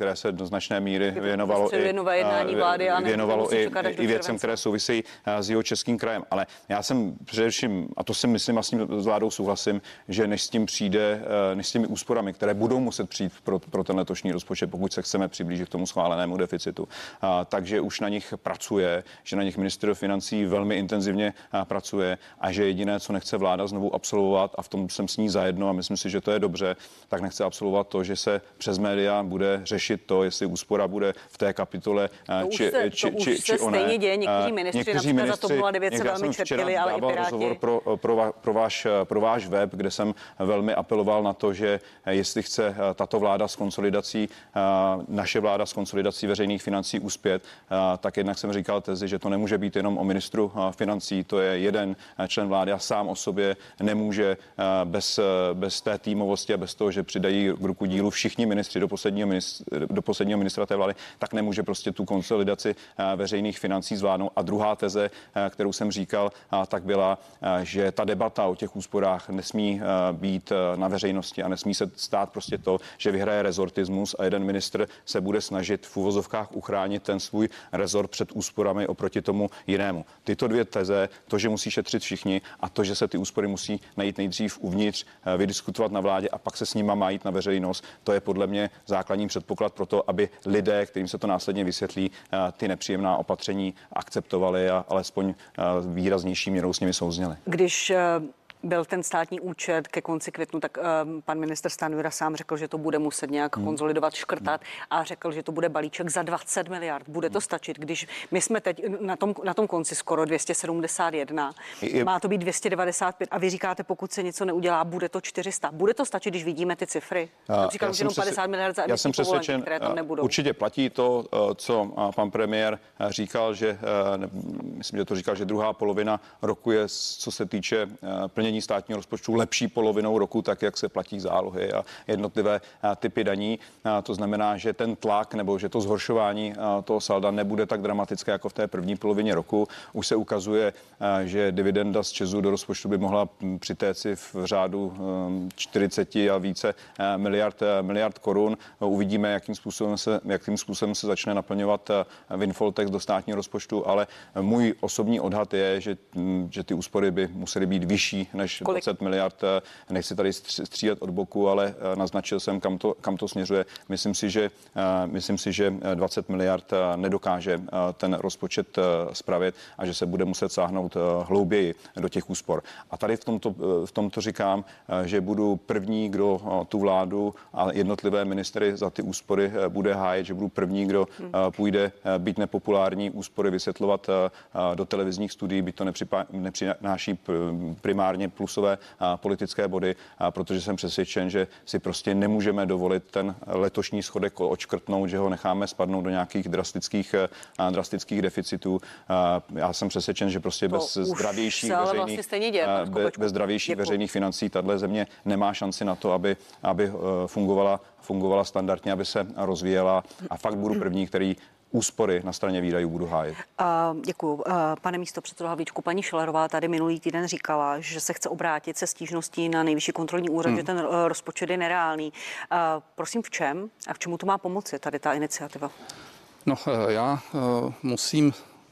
které se do značné míry věnovalo i, vlády a věnovalo i, i věcem, které souvisejí s jeho českým krajem. Ale já jsem především, a to si myslím, a s tím s vládou souhlasím, že než s tím přijde, než s těmi úsporami, které budou muset přijít pro, pro ten letošní rozpočet, pokud se chceme přiblížit k tomu schválenému deficitu, a, takže už na nich pracuje, že na nich ministr financí velmi intenzivně a, pracuje a že jediné, co nechce vláda znovu absolvovat, a v tom jsem s ní zajedno a myslím si, že to je dobře, tak nechce absolvovat to, že se přes média bude řešit to, jestli úspora bude v té kapitole to či, se, či, to či, už se či oné. Stejně děje, někteří ministři, Někteří například ministři, za TOP nula devět se velmi čerpili, ale i Piráti. Pro, pro, pro, váš, pro váš web, kde jsem velmi apeloval na to, že jestli chce tato vláda s konsolidací, naše vláda s konsolidací veřejných financí uspět, tak jednak jsem říkal tezi, že to nemůže být jenom o ministru financí, to je jeden člen vlády a sám o sobě nemůže bez, bez té týmovosti a bez toho, že přidají k ruku dílu všichni ministři do posledního, ministra, do posledního ministra té vlády, tak nemůže prostě tu konsolidaci veřejných financí zvládnout. A druhá teze, kterou jsem říkal, tak byla, že ta debata o těch úsporách nesmí být na veřejnosti a nesmí se stát prostě to, že vyhraje rezortismus a jeden ministr se bude snažit v uvozovkách uchránit ten svůj rezort před úsporami oproti tomu jinému. Tyto dvě teze, to, že musí šetřit všichni a to, že se ty úspory musí najít nejdřív uvnitř, vydiskutovat na vládě a pak se s nima má jít na veřejnost, to je podle mě základní předpoklad pro to, aby lidé, kterým se to následně vysvětlí, ty nepříjemná opatření akceptovali a alespoň výraznější měrou s nimi souzněli. Když byl ten státní účet ke konci květnu, tak um, pan ministr Stanjura sám řekl, že to bude muset nějak hmm. konsolidovat, škrtat a řekl, že to bude balíček za dvacet miliard. Bude to stačit, když my jsme teď na tom, na tom konci skoro dvě stě sedmdesát jedna, je, má to být dvě stě devadesát pět a vy říkáte, pokud se něco neudělá, bude to čtyři sta. Bude to stačit, když vidíme ty cifry? Například už jenom padesát miliard za emisní povolenky, které tam nebudou. Určitě platí to, co pan premiér říkal, že myslím, že to říkal, že druhá polovina roku je, co se týče plnění státního rozpočtu, lepší polovinou roku, tak jak se platí zálohy a jednotlivé typy daní. To znamená, že ten tlak nebo že to zhoršování toho salda nebude tak dramatické jako v té první polovině roku. Už se ukazuje, že dividenda z ČEZu do rozpočtu by mohla přitéci v řádu čtyřicet a více miliard, miliard korun. Uvidíme, jakým způsobem se, jakým způsobem se začne naplňovat windfall tax do státního rozpočtu, ale můj osobní odhad je, že, že ty úspory by musely být vyšší než Kolik? dvacet miliard. Nechci tady střílet od boku, ale naznačil jsem, kam to, kam to směřuje. Myslím si, že, myslím si, že dvacet miliard nedokáže ten rozpočet spravit a že se bude muset sáhnout hlouběji do těch úspor. A tady v tomto, v tomto říkám, že budu první, kdo tu vládu a jednotlivé ministry za ty úspory bude hájet, že budu první, kdo hmm. půjde být nepopulární úspory vysvětlovat do televizních studií, byť to nepřináší primárně plusové politické body, protože jsem přesvědčen, že si prostě nemůžeme dovolit ten letošní schodek odškrtnout, že ho necháme spadnout do nějakých drastických, drastických deficitů. Já jsem přesvědčen, že prostě bez zdravějších veřejných, vlastně děje, bez, bez zdravějších veřejných financí tato země nemá šanci na to, aby, aby fungovala, fungovala standardně, aby se rozvíjela a fakt budu první, který úspory na straně výdajů budu hájit. Uh, děkuju. Uh, pane místopředsedo Havlíčku, paní Schillerová tady minulý týden říkala, že se chce obrátit se stížností na Nejvyšší kontrolní úřad, hmm. že ten uh, rozpočet je nereálný. Uh, prosím, v čem a k čemu to má pomoci tady ta iniciativa? No, uh, já uh, musím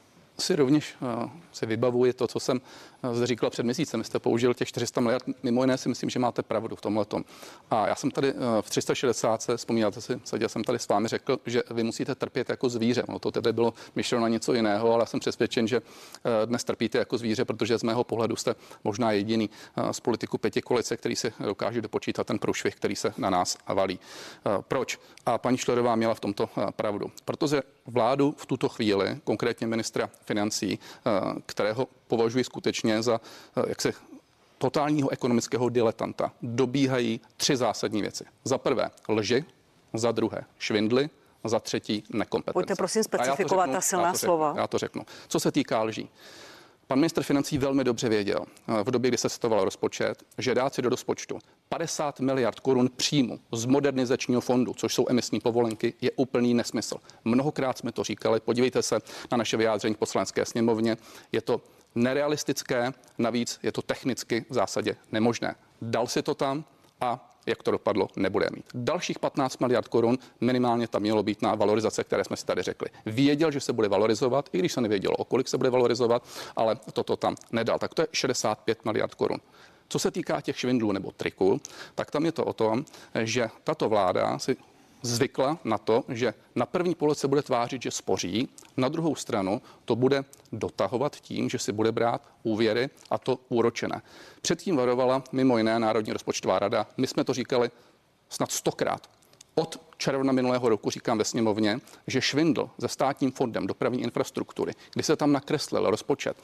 si rovněž uh, si vybavuji to, co jsem zde říkala před měsícem. Jste použil těch čtyři sta miliard. Mimo jiné si myslím, že máte pravdu v tomhletom. A já jsem tady v tři sta šedesát, vzpomínáte si, seděl jsem tady s vámi, řekl, že vy musíte trpět jako zvíře. No to tedy bylo myšleno na něco jiného, ale já jsem přesvědčen, že dnes trpíte jako zvíře, protože z mého pohledu jste možná jediný z politiků pětikoalice, který si dokáže dopočítat ten průšvih, který se na nás valí. Proč? A paní Schillerová měla v tomto pravdu. Protože vládu v tuto chvíli, konkrétně ministra financí, kterého považuji skutečně za jaksi totálního ekonomického diletanta, dobíhají tři zásadní věci. Za prvé lži, za druhé švindly, za třetí nekompetence. Pojďte prosím specifikovat ta silná slova. Já to řeknu. Co se týká lží. Pan ministr financí velmi dobře věděl v době, kdy se sestavoval rozpočet, že dát si do rozpočtu padesát miliard korun příjmu z modernizačního fondu, což jsou emisní povolenky, je úplný nesmysl. Mnohokrát jsme to říkali, podívejte se na naše vyjádření v Poslanecké sněmovně, je to nerealistické, navíc je to technicky v zásadě nemožné. Dal si to tam a jak to dopadlo, nebude mít. Dalších patnáct miliard korun minimálně tam mělo být na valorizace, které jsme si tady řekli. Věděl, že se bude valorizovat, i když se nevědělo, o kolik se bude valorizovat, ale toto tam nedal. Tak to je šedesát pět miliard korun. Co se týká těch švindlů nebo triků, tak tam je to o tom, že tato vláda si zvykla na to, že na první pohled se bude tvářit, že spoří, na druhou stranu to bude dotahovat tím, že si bude brát úvěry a to úročené. Předtím varovala mimo jiné Národní rozpočtová rada. My jsme to říkali snad stokrát. Od června minulého roku říkám ve sněmovně, že švindl se státním fondem dopravní infrastruktury, kdy se tam nakreslil rozpočet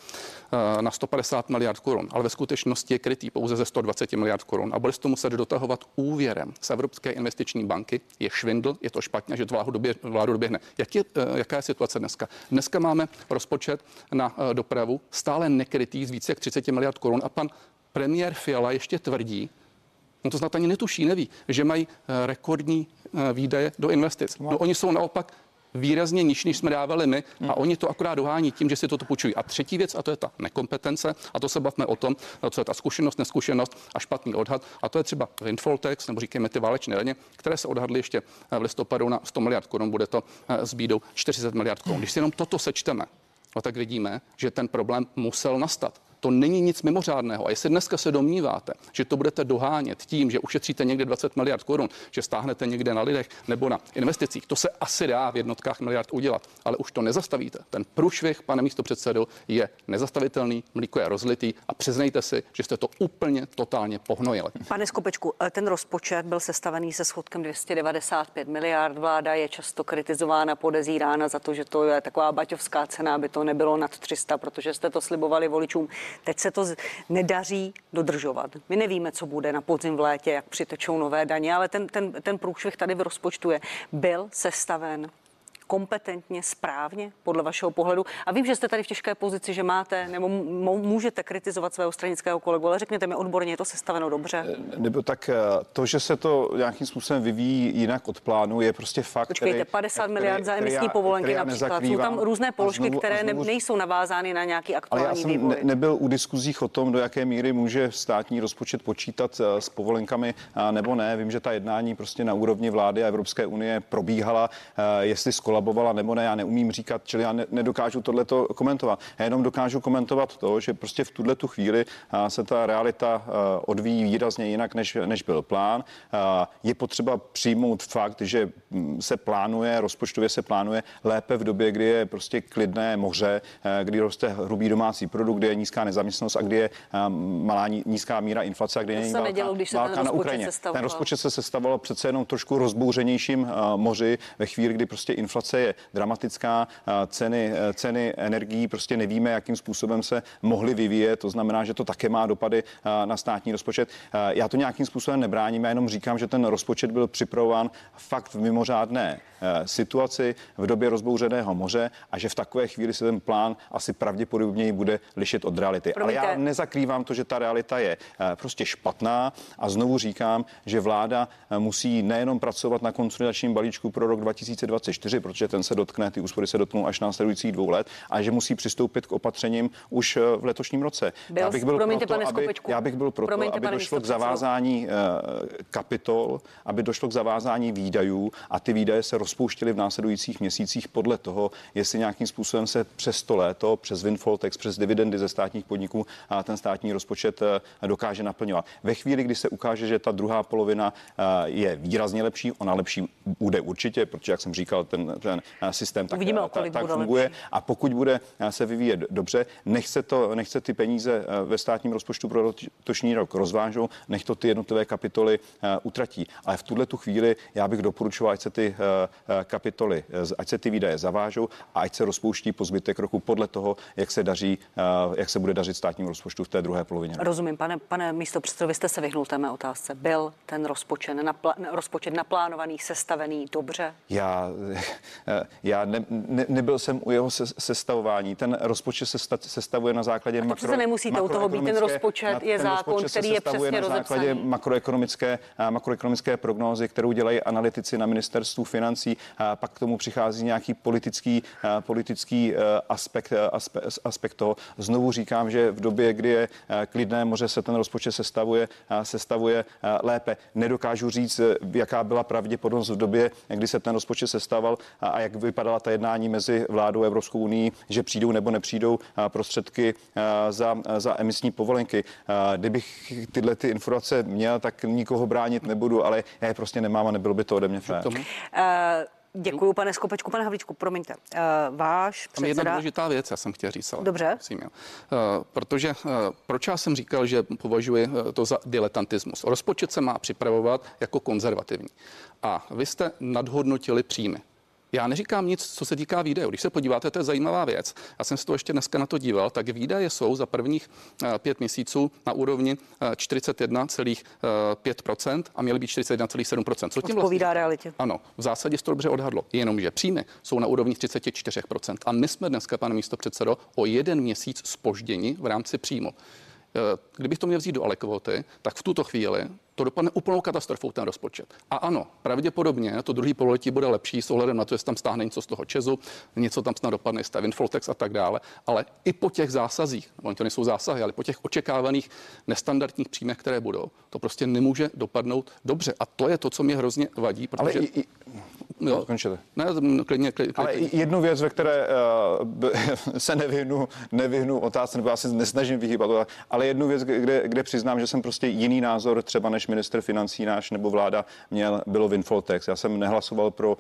na sto padesát miliard korun, ale ve skutečnosti je krytý pouze ze sto dvacet miliard korun a bude se to muset dotahovat úvěrem z Evropské investiční banky, je švindl, je to špatně, že to vládu, době, vládu doběhne. Jak je, jaká je situace dneska? Dneska máme rozpočet na dopravu stále nekrytý z více jak třicet miliard korun a pan premiér Fiala ještě tvrdí, no to snad ani netuší, neví, že mají rekordní výdaje do investic. No oni jsou naopak výrazně nižší, než jsme dávali my a oni to akorát dohání tím, že si toto půjčují. A třetí věc, a to je ta nekompetence, a to se bavme o tom, co je ta zkušenost, neskušenost a špatný odhad, a to je třeba windfall tax, nebo říkáme ty válečné daně, které se odhadly ještě v listopadu na sto miliard korun, bude to s bídou čtyřicet miliard korun. Když si jenom toto sečteme, no tak vidíme, že ten problém musel nastat. To není nic mimořádného. A jestli dneska se domníváte, že to budete dohánět tím, že ušetříte někde dvacet miliard korun, že stáhnete někde na lidech nebo na investicích, to se asi dá v jednotkách miliard udělat, ale už to nezastavíte. Ten průšvih, pane místopředsedo, je nezastavitelný, mlíko je rozlitý a přiznejte si, že jste to úplně totálně pohnojili. Pane Skopečku, ten rozpočet byl sestavený se schodkem dvě stě devadesát pět miliard. Vláda je často kritizována, podezírána za to, že to je taková baťovská cena, aby to nebylo nad tři sta, protože jste to slibovali voličům. Teď se to nedaří dodržovat. My nevíme, co bude na podzim v létě, jak přitečou nové daně, ale ten, ten, ten průšvih tady v rozpočtu je. Byl sestaven kompetentně, správně, podle vašeho pohledu. A vím, že jste tady v těžké pozici, že máte, nebo můžete kritizovat svého stranického kolegu, ale řekněte mi odborně, je to sestaveno dobře? Nebo tak to, že se to nějakým způsobem vyvíjí jinak od plánu, je prostě fakt. Počkejte, který, padesát který, miliard za emisní povolenky například. Jsou tam různé položky, znovu, které znovu, nejsou navázány na nějaký aktuální ale já jsem vývoj. Ne, nebyl u diskuzích o tom, do jaké míry může státní rozpočet počítat s povolenkami nebo ne. Vím, že ta jednání prostě na úrovni vlády a Evropské unie probíhala, jestli skolabovala nebo ne, já neumím říkat, čili já ne, nedokážu tohleto komentovat. Já jenom dokážu komentovat to, že prostě v tuhle tu chvíli se ta realita odvíjí výrazně jinak, než, než byl plán. Je potřeba přijmout fakt, že se plánuje, rozpočtově se plánuje lépe v době, kdy je prostě klidné moře, kdy roste hrubý domácí produkt, kdy je nízká nezaměstnanost a kdy je malá nízká míra inflace a kdy je válka, nedělo, válka na Ukrajině. Ten rozpočet se sestavoval přece jenom trošku rozbouřenějším moři ve chvíli, kdy prostě inflace je dramatická, ceny, ceny energií prostě nevíme, jakým způsobem se mohly vyvíjet, to znamená, že to také má dopady na státní rozpočet. Já to nějakým způsobem nebráním, já jenom říkám, že ten rozpočet byl připravován fakt v mimořádné situaci v době rozbouřeného moře a že v takové chvíli se ten plán asi pravděpodobněji bude lišit od reality. Promiňte. Ale já nezakrývám to, že ta realita je prostě špatná a znovu říkám, že vláda musí nejenom pracovat na konsolidačním balíčku pro rok dva tisíce dvacet čtyři, protože ten se dotkne, ty úspory se dotknou až následujících dvou let, a že musí přistoupit k opatřením už v letošním roce. Byl, já bych byl promiňte, proto, pane aby, já bych byl proto, promiňte, aby došlo k zavázání kapitol, aby došlo k zavázání výdajů a ty výdaje se rozpouštěly v následujících měsících podle toho, jestli nějakým způsobem se přes to léto, přes windfall tax, přes dividendy ze státních podniků a ten státní rozpočet dokáže naplňovat. Ve chvíli, kdy se ukáže, že ta druhá polovina je výrazně lepší, ona lepší bude určitě, protože jak jsem říkal, ten, ten systém tak, Uvidíme, tak, tak funguje. Lepší. A pokud bude se vyvíjet dobře, nechce to, nechce ty peníze ve státním rozpočtu pro letošní rok rozvážou, nech to ty jednotlivé kapitoly utratí. Ale v tuhle tu chvíli já bych doporučoval, ať se ty kapitoly, ať se ty výdaje zavážou a ať se rozpouští po zbytek roku podle toho, jak se daří, jak se bude dařit státním rozpočtu v té druhé polovině. Rozumím, pane, pane místopředsedo, vy jste se vyhnul té mé otázce. Byl ten rozpočet, napl- rozpočet naplánovaný, sestavený dobře? Já, Já ne, ne, nebyl jsem u jeho sestavování. Ten rozpočet se sestavuje na základě makro, se nemusíte u toho být, ten rozpočet je ten zákon, rozpočet který je přesně na rozepsaný. základě makroekonomické, makroekonomické prognózy, kterou dělají analytici na ministerstvu financí. A pak k tomu přichází nějaký politický, politický aspekt, aspekt, aspekt toho. Znovu říkám, že v době, kdy je klidné moře, se ten rozpočet sestavuje, sestavuje lépe. Nedokážu říct, jaká byla pravděpodobnost v době, kdy se ten rozpočet sestával a jak vypadala ta jednání mezi vládou a Evropskou unii, že přijdou nebo nepřijdou prostředky za, za emisní povolenky. Kdybych tyhle ty informace měl, tak nikoho bránit nebudu, ale já je prostě nemám a nebylo by to ode mě fér. Uh, Děkuju, pane Skopečku. Pane Havlíčku, promiňte. Uh, váš předseda... Tam je jedna důležitá věc, já jsem chtěl říct. Ale dobře. Musím, uh, protože uh, proč já jsem říkal, že považuji uh, to za diletantismus. Rozpočet se má připravovat jako konzervativní. A vy jste nadhodnotili příjmy. Já neříkám nic, co se týká výdajů. Když se podíváte, to je zajímavá věc. Já jsem se to ještě dneska na to díval, tak výdaje jsou za prvních pět měsíců na úrovni čtyřicet jedna celá pět procenta a měly být čtyřicet jedna celá sedm procenta. Co tím vlastně odpovídá realitě? Ano, v zásadě se to dobře odhadlo. Jenomže příjmy jsou na úrovni třicet čtyři procent. A my jsme dneska, pane místopředsedo, o jeden měsíc zpoždění v rámci příjmu. Kdybych to měl vzít do alekvoty, tak v tuto chvíli to dopadne úplnou katastrofou ten rozpočet. A ano, pravděpodobně to druhý pololetí bude lepší s ohledem na to, jestli tam stáhne něco z toho Česu, něco tam snad dopadne z Windfall-Tax a tak dále, ale i po těch zásazích, oni to nejsou zásahy, ale po těch očekávaných nestandardních příjmech, které budou, to prostě nemůže dopadnout dobře. A to je to, co mě hrozně vadí, protože... Ale i, i... Jo, končíte. Ne, klidně, klidně. Ale jednu věc, ve které uh, se nevyhnu, nevyhnu otázce, nebo já se nesnažím vyhýbat, ale jednu věc, kde, kde přiznám, že jsem prostě jiný názor třeba než ministr financí náš nebo vláda měl, bylo Windfall Tax. Já jsem nehlasoval pro, uh,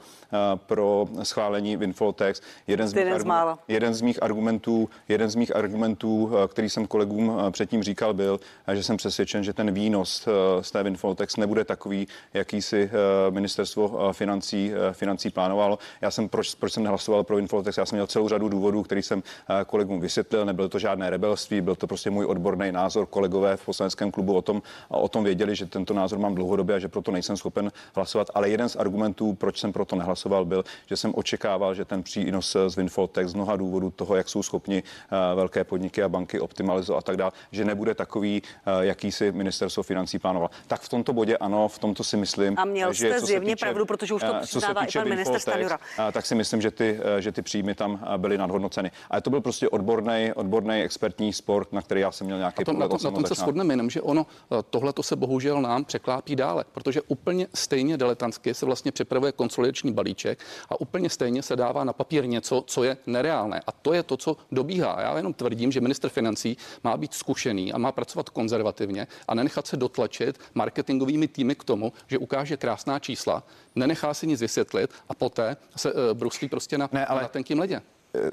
pro schválení Windfall Tax. Jeden z, mých argu- jeden z mých argumentů, jeden z mých argumentů, uh, který jsem kolegům uh, předtím říkal, byl, uh, že jsem přesvědčen, že ten výnos uh, z té Windfall Tax nebude takový, jaký si uh, ministerstvo uh, financí uh, financí plánovalo. Já jsem proč, proč jsem nehlasoval pro Windfall Tax, já jsem měl celou řadu důvodů, který jsem kolegům vysvětlil, nebylo to žádné rebelství, byl to prostě můj odborný názor. Kolegové v poslaneckém klubu o tom, o tom věděli, že tento názor mám dlouhodobě a že proto nejsem schopen hlasovat, ale jeden z argumentů, proč jsem proto nehlasoval, byl, že jsem očekával, že ten přínos z Windfall Tax z mnoha důvodů toho, jak jsou schopni velké podniky a banky optimalizovat a tak dále, že nebude takový, jaký si ministerstvo financí plánoval. Tak v tomto bodě ano, v tomto si myslím, a měl že jste zjevně týče, pravdu, protože už to přiznává i pan minister Stanjura. Tak si myslím, že ty, že ty příjmy tam byly nadhodnoceny. Ale to byl prostě odborný, odborný expertní sport, na který já jsem měl nějaký pohled. Na, to, na tom se shodneme, jenomže ono, tohle to se bohužel nám překlápí dále, protože úplně stejně diletantsky se vlastně připravuje konsolidační balíček a úplně stejně se dává na papír něco, co je nereálné. A to je to, co dobíhá. Já jenom tvrdím, že ministr financí má být zkušený a má pracovat konzervativně a nenechat se dotlačit marketingovými týmy k tomu, že ukáže krásná čísla, nenechá si nic vysvětlit a poté se uh, bruslí prostě na, ne, ale... na tenkým ledě.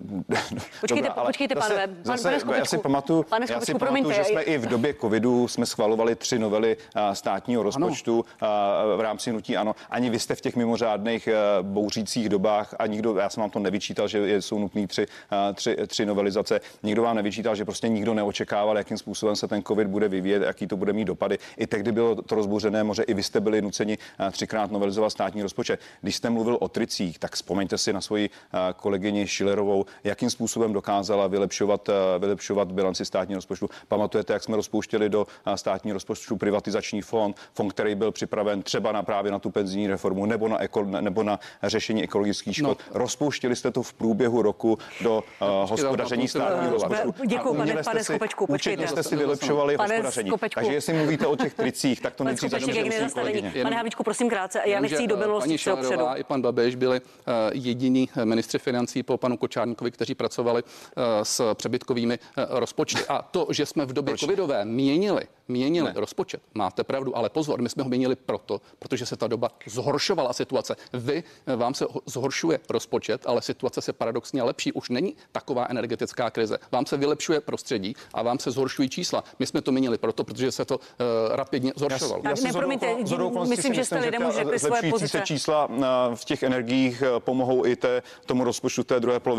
Počkejte, Dobrá, počkejte, zase, pane, zase, pane Skopečku, já si pamatuju, pane já si pamatuju, pamatuju že jsme i v době covidu jsme schvalovali tři novely státního rozpočtu ano. v rámci hnutí ANO. Ani vy jste v těch mimořádných bouřících dobách a nikdo, já jsem vám to nevyčítal, že jsou nutné tři, tři, tři novelizace. Nikdo vám nevyčítal, že prostě nikdo neočekával, jakým způsobem se ten covid bude vyvíjet, jaký to bude mít dopady. I tehdy bylo to rozbouřené moře, i vy jste byli nuceni třikrát novelizovat státní rozpočet. Když jste mluvil o tricích, tak vzpomeňte si na svoji kolegyni Schillerovou, jakým způsobem dokázala vylepšovat, vylepšovat bilanci státního rozpočtu. Pamatujete, jak jsme rozpouštěli do státního rozpočtu privatizační fond, fond, který byl připraven třeba na právě na tu penzijní reformu nebo na, eko, nebo na řešení ekologických škod. No. Rozpouštěli jste to v průběhu roku do uh, hospodaření státního rozpočtu. Děkuji, pane, pane Skopečku, počkejte. Jste si vylepšovali hospodaření. Takže jestli mluvíte o těch tricích, tak to nejdřív začneme. Pane Havlíčku, prosím krátce, já nechci jít do minulosti dopředu. I pan Babiš byli uh, jediní ministři financí po panu Kočárníkovi, kteří pracovali uh, s přebytkovými uh, rozpočty. A to, že jsme v době Proč? covidové měnili, měnili ne. rozpočet, máte pravdu, ale pozor, my jsme ho měnili proto, protože se ta doba zhoršovala situace. Vy, vám se zhoršuje rozpočet, ale situace se paradoxně lepší. Už není taková energetická krize. Vám se vylepšuje prostředí a vám se zhoršují čísla. My jsme to měnili proto, protože se to uh, rapidně zhoršovalo. Já, já ne, promiňte, myslím, že jste lidem už řekli svoje pozice. Se čísla v těch energiích pomohou i té, tomu rozpočtu té druhé poloviny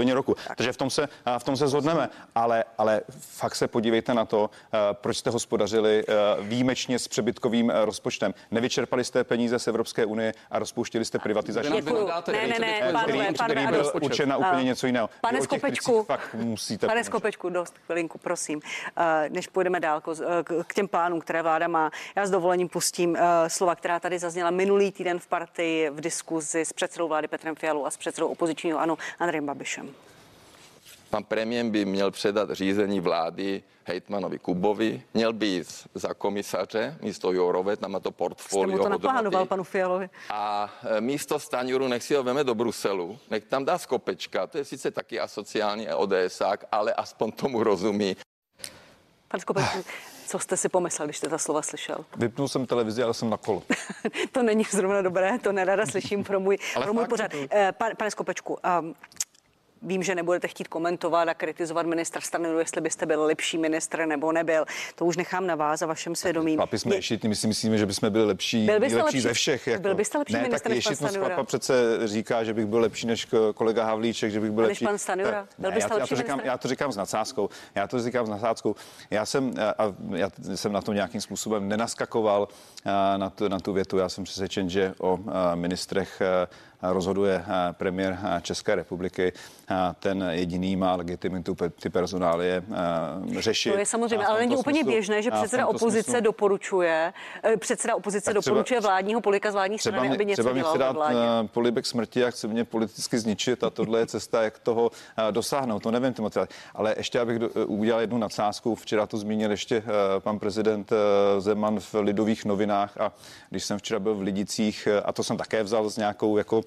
polovině roku. Tak. Takže v tom se, v tom se shodneme. Ale, ale fakt se podívejte na to, proč jste hospodařili výjimečně s přebytkovým rozpočtem. Nevyčerpali jste peníze z Evropské unie a rozpouštěli jste privatizační, ne, ne, ne, který, který byl určen na úplně něco jiného. Pane Skopečku, fakt musíte pane Skopečku, dost chvilinku, prosím. Než půjdeme dál k těm plánům, které vláda má, já s dovolením pustím slova, která tady zazněla minulý týden v Partii v diskuzi s předsedou vlády Petrem Fialou a s předsedou opozičního ANO Andrejem Babišem. Pan premiér by měl předat řízení vlády hejtmanovi Kubovi, měl by jít za komisaře místo Jourové, tam má to portfolio. Jste mu to naplánoval panu Fialovi. A místo Stanjuru nech si ho veme do Bruselu, nech tam dá Skopečka, to je sice taky asociální ODSák, ale aspoň tomu rozumí. Pan Skopečku, co jste si pomyslel, když jste ta slova slyšel? Vypnul jsem televizi, ale jsem na kolo. To není zrovna dobré, to nerada slyším pro můj, pro můj pořad. To... Pane, pane Skopečku, um, vím, že nebudete chtít komentovat a kritizovat ministra Stanjuru, jestli byste byl lepší ministr nebo nebyl. To už nechám na vás a vašem svědomí. Chlapi jsme ješitní, my si myslíme, že bychom byli lepší, byl lepší, lepší ze všech. Jako. Byl byste lepší ne, ministr než pan Stanjura? Chlapa přece říká, že bych byl lepší než kolega Havlíček, že bych byl a lepší. Než pan Stanjura? Byl ne, byste já, lepší já, to říkám, já to říkám s nadsázkou. Já to říkám s nadsázkou. Já jsem, a já jsem na tom nějakým způsobem nenaskakoval na tu, na tu větu. Já jsem přesvědčen, že o ministrech rozhoduje premiér České republiky. Ten jediný má legitimitu ty personálie řešit. To je samozřejmě, ale není úplně smyslu, běžné, že předseda opozice smyslu, doporučuje, předseda opozice doporučuje třeba, vládního politika z vládní strany, mě, aby něco dělal ve vládě. Třeba mě polibek smrti a chce mě politicky zničit a tohle je cesta, jak toho dosáhnout. To nevím, Timothy, ale ještě abych udělal jednu nadsázku. Včera to zmínil ještě pan prezident Zeman v Lidových novinách a když jsem včera byl v Lidicích, a to jsem také vzal s nějakou jako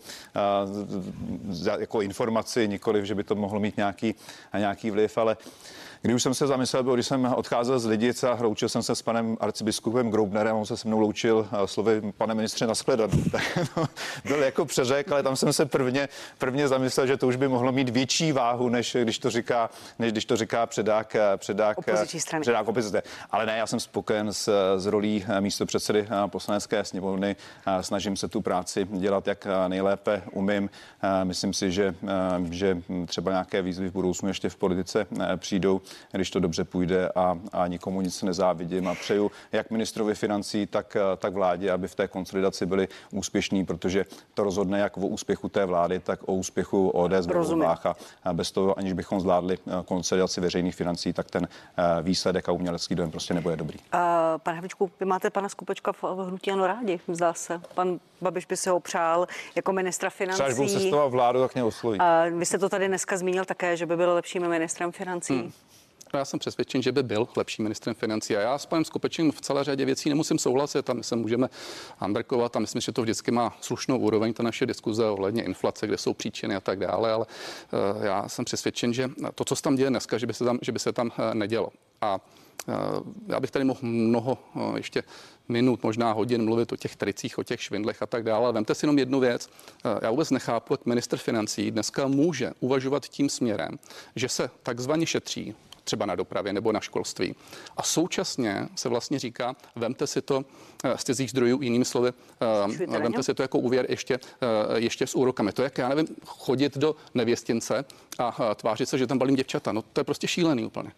jako informaci, nikoliv, že by to mohlo mít nějaký, nějaký vliv, ale když už jsem se zamyslel, bylo, když jsem odcházel z Lidic a loučil jsem se s panem arcibiskupem Groubnerem, on se se mnou loučil slovy pane ministře nashledanou. Tak to byl jako přeřek, ale tam jsem se prvně, prvně zamyslel, že to už by mohlo mít větší váhu, než když to říká, než když to říká předák, předák, předák opozice. Ale ne, já jsem spokojen s, s rolí místopředsedy poslanecké sněmovny. Snažím se tu práci dělat, jak nejlépe umím. Myslím si, že, že třeba nějaké výzvy v budoucnu ještě v politice přijdou, když to dobře půjde a, a nikomu nic nezávidím a přeju jak ministrovi financí, tak, tak vládě, aby v té konsolidaci byli úspěšní, protože to rozhodne jak o úspěchu té vlády, tak o úspěchu O D S ve volbách a, a bez toho, aniž bychom zvládli konsolidaci veřejných financí, tak ten výsledek a umělecký dojem prostě nebude dobrý. Uh, pane Havlíčku, vy máte pana Skopečka v hnutí ANO rádi, zdá se. Pan Babiš by se ho přál jako ministra financí. Třeba až budu sestavovat vládu, tak mě osloví. Uh, vy jste to tady dneska zmínil také, že by byl lepším ministrem financí. Hmm. Já jsem přesvědčen, že by byl lepším ministrem financí. A já s panem Skopečem v celé řadě věcí nemusím souhlasit. Tam se můžeme handrkovat a myslím, že to vždycky má slušnou úroveň, ta naše diskuze ohledně inflace, kde jsou příčiny a tak dále. Ale uh, já jsem přesvědčen, že to, co se tam děje dneska, že by se tam, že by se tam uh, nedělo. A uh, já bych tady mohl mnoho uh, ještě minut, možná hodin mluvit o těch tricích, o těch švindlech a tak dále. Vemte si jenom jednu věc. Já vůbec nechápu, jak ministr financí dneska může uvažovat tím směrem, že se takzvaně šetří třeba na dopravě nebo na školství. A současně se vlastně říká, vemte si to z cizích zdrojů, jinými slovy, vemte si to jako úvěr ještě, ještě s úrokami. To je, jak já nevím, chodit do nevěstince a tvářit se, že tam balím děvčata. No to je prostě šílený úplně.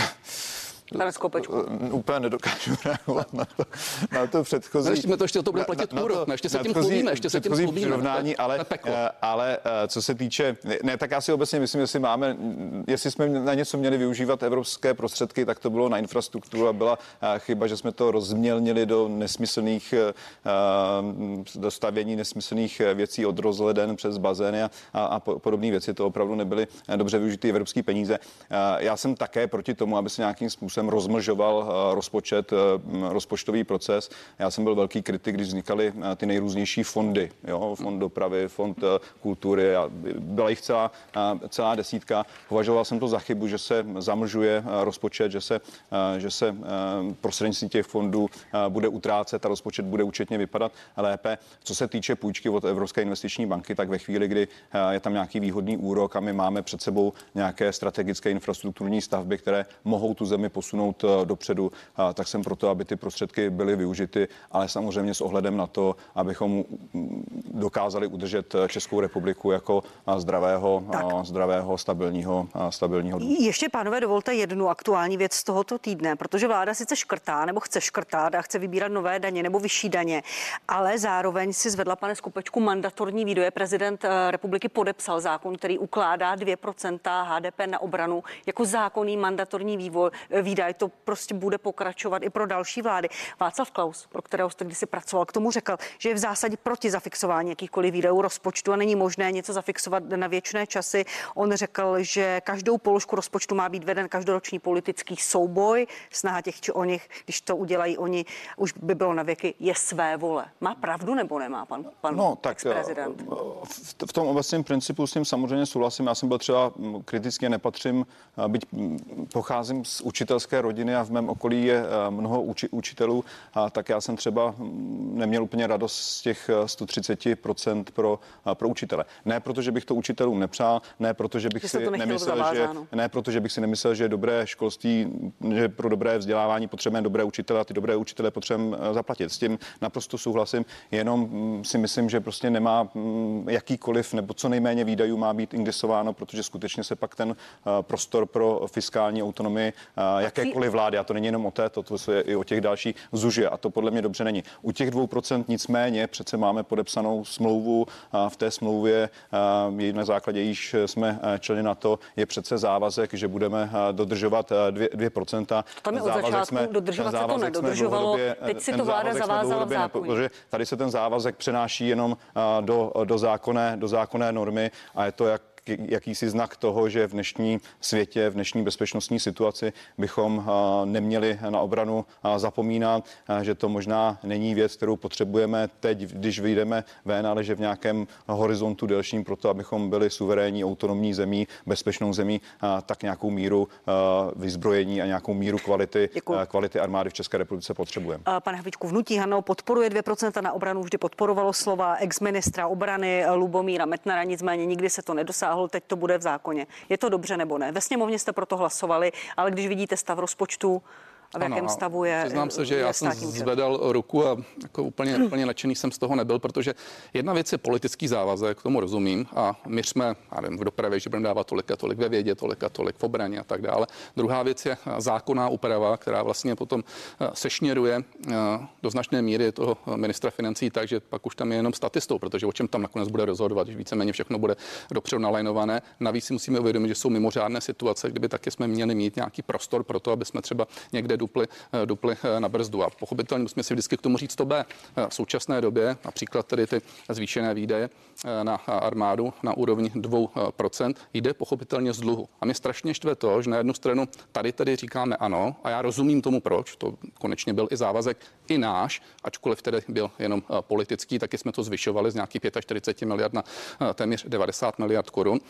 Pane Skopečku. Úplně nedokážu reagovat na to, na to předchozí. Ještě to ještě to bude platit na, úrok, na ještě se tím chlubíme, ještě se tím chlubíme. Ale, ale co se týče, ne, tak já si obecně myslím, jestli máme, jestli jsme na něco měli využívat evropské prostředky, tak to bylo na infrastrukturu a byla chyba, že jsme to rozmělnili do nesmyslných dostavění nesmyslných věcí od rozhleden přes bazény a, a, a podobné věci. To opravdu nebyly dobře využité evropské peníze. Já jsem také proti tomu, aby se nějakým způsobem rozmlžoval rozpočet, rozpočtový proces. Já jsem byl velký kritik, když vznikaly ty nejrůznější fondy, jo? Fond dopravy, fond kultury, a byla jich celá, celá desítka. Považoval jsem to za chybu, že se zamlžuje rozpočet, že se, že se prostřednictvím těch fondů bude utrácet a rozpočet bude účetně vypadat lépe. Co se týče půjčky od Evropské investiční banky, tak ve chvíli, kdy je tam nějaký výhodný úrok a my máme před sebou nějaké strategické infrastrukturní stavby, které mohou tu zemi posunout posunout dopředu, tak jsem proto, aby ty prostředky byly využity, ale samozřejmě s ohledem na to, abychom dokázali udržet Českou republiku jako zdravého, zdravého, stabilního, stabilního. Ještě, pánové, dovolte jednu aktuální věc z tohoto týdne, protože vláda sice škrtá nebo chce škrtat a chce vybírat nové daně nebo vyšší daně, ale zároveň si zvedla, pane Skopečku, mandatorní výdaje. Prezident republiky podepsal zákon, který ukládá dvě procenta H D P na obranu jako zákonný mandatorní vývoj, výdaj. To prostě bude pokračovat i pro další vlády. Václav Klaus, pro kterého jste kdysi pracoval, k tomu řekl, že je v zásadě proti zafixování jakýchkoliv výdajů rozpočtu a není možné něco zafixovat na věčné časy. On řekl, že každou položku rozpočtu má být veden každoroční politický souboj, snaha těch či o nich, když to udělají oni, už by bylo na věky, je své vole. Má pravdu nebo nemá pan, pan no, tak prezident? V tom obecném principu s tím samozřejmě souhlasím. Já jsem byl třeba kriticky, nepatřím, byť pocházím z učitelské rodiny a v mém okolí je mnoho uči, učitelů, a tak já jsem třeba neměl úplně radost z těch sto třicet procent pro, pro učitele. Ne proto, že bych to učitelům nepřál, ne proto, že bych že si nemyslel, že, ne proto, že bych si nemyslel, že dobré školství, že pro dobré vzdělávání potřebujeme dobré učitele a ty dobré učitele potřebujeme zaplatit. S tím naprosto souhlasím, jenom si myslím, že prostě nemá jakýkoliv nebo co nejméně výdajů má být indexováno, protože skutečně se pak ten prostor pro fiskální autonomii jakékoliv vlády, a to není jenom o této, to je i o těch dalších, zužije a to podle mě dobře není. U těch dvou procent nicméně přece máme podepsanou smlouvu, v té smlouvě na základě již jsme členy NATO, je přece závazek, že budeme dodržovat dvě procenta. Tam je od začátku jsme, dodržovat se to nedodržovalo, teď si to vláda zavázala v zákoně. Protože tady se ten závazek přenáší jenom do, do, zákonné, do zákonné normy a je to jak jakýsi znak toho, že v dnešní světě, v dnešní bezpečnostní situaci bychom neměli na obranu zapomínat, že to možná není věc, kterou potřebujeme teď, když vyjdeme ven, ale že v nějakém horizontu delším pro to, abychom byli suverénní, autonomní zemí, bezpečnou zemí, tak nějakou míru vyzbrojení a nějakou míru kvality, kvality armády v České republice potřebujeme. Pane Havlíčku, hnutí ANO podporuje dvě procenta na obranu, vždy podporovalo slova ex-ministra obrany Lubomíra Metnara, nicméně nikdy se to nedosáhlo. Teď to bude v zákoně. Je to dobře nebo ne? Ve sněmovně jste proto hlasovali, ale když vidíte stav rozpočtu, a v jakém ano, stavu je. Přiznám se, že já jsem zvedal ruku a jako úplně, úplně nadšený jsem z toho nebyl, protože jedna věc je politický závazek, k tomu rozumím a my jsme, já nevím, v dopravě, že budeme dávat tolik a tolik ve vědě, tolik a tolik v obraně a tak dále. Druhá věc je zákonná úprava, která vlastně potom sešněruje do značné míry toho ministra financí, takže pak už tam je jenom statistou, protože o čem tam nakonec bude rozhodovat, když víceméně všechno bude dopředu nalajnované. Navíc si musíme uvědomit, že jsou mimořádné situace, kdyby taky jsme měli mít nějaký prostor pro to, aby jsme třeba někde dupli, dupli na brzdu. A pochopitelně musíme si vždycky k tomu říct to B. V současné době například tedy ty zvýšené výdaje na armádu na úrovni dvou procent jde pochopitelně z dluhu. A mě strašně štve to, že na jednu stranu tady tedy říkáme ano a já rozumím tomu proč, to konečně byl i závazek i náš, ačkoliv tedy byl jenom politický, taky jsme to zvyšovali z nějakých čtyřicet pět miliard na téměř devadesát miliard korun.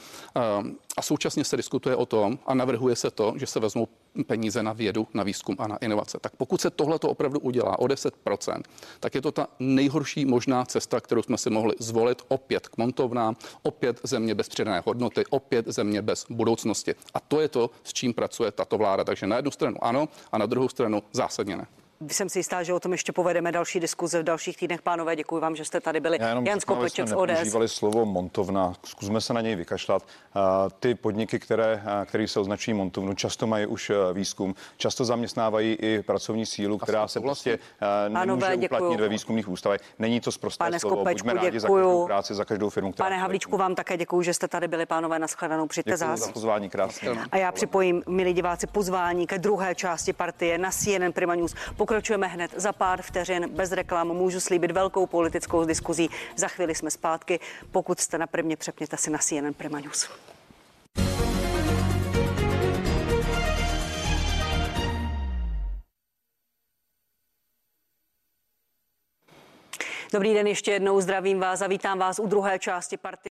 A současně se diskutuje o tom a navrhuje se to, že se vezmou peníze na vědu, na výzkum a na inovace. Tak pokud se tohle to opravdu udělá o deset procent, tak je to ta nejhorší možná cesta, kterou jsme si mohli zvolit, opět k montovnám, opět země bez přidané hodnoty, opět země bez budoucnosti. A to je to, s čím pracuje tato vláda. Takže na jednu stranu ano a na druhou stranu zásadně ne. Jsem si jistá, že o tom ještě povedeme další diskuze v dalších týdnech. Pánové, děkuji vám, že jste tady byli. Jan Skopeček z O D S. Používali slovo montovna, zkusme se na něj vykašlat. Ty podniky, které, které se označují montovnu, často mají už výzkum, často zaměstnávají i pracovní sílu, která se prostě nemůže Pánové, uplatnit ve výzkumných ústavech. Není to sprosté Pane slovo. Skopečku, Buďme rádi za každou práci, za každou firmu, která. Pane Havlíčku, vám také děkuji, že jste tady byli, pánové, nashledanou, přijďte zás. Za pozvání, krásně. A já připojím, milí diváci, pozvání ke druhé části Partie na C N N Prima News. Pokračujeme hned za pár vteřin, bez reklam, můžu slíbit velkou politickou diskuzí. Za chvíli jsme zpátky. Pokud jste na Primě, přepněte si na C N N Prima News. Dobrý den, ještě jednou zdravím vás a vítám vás u druhé části Partie.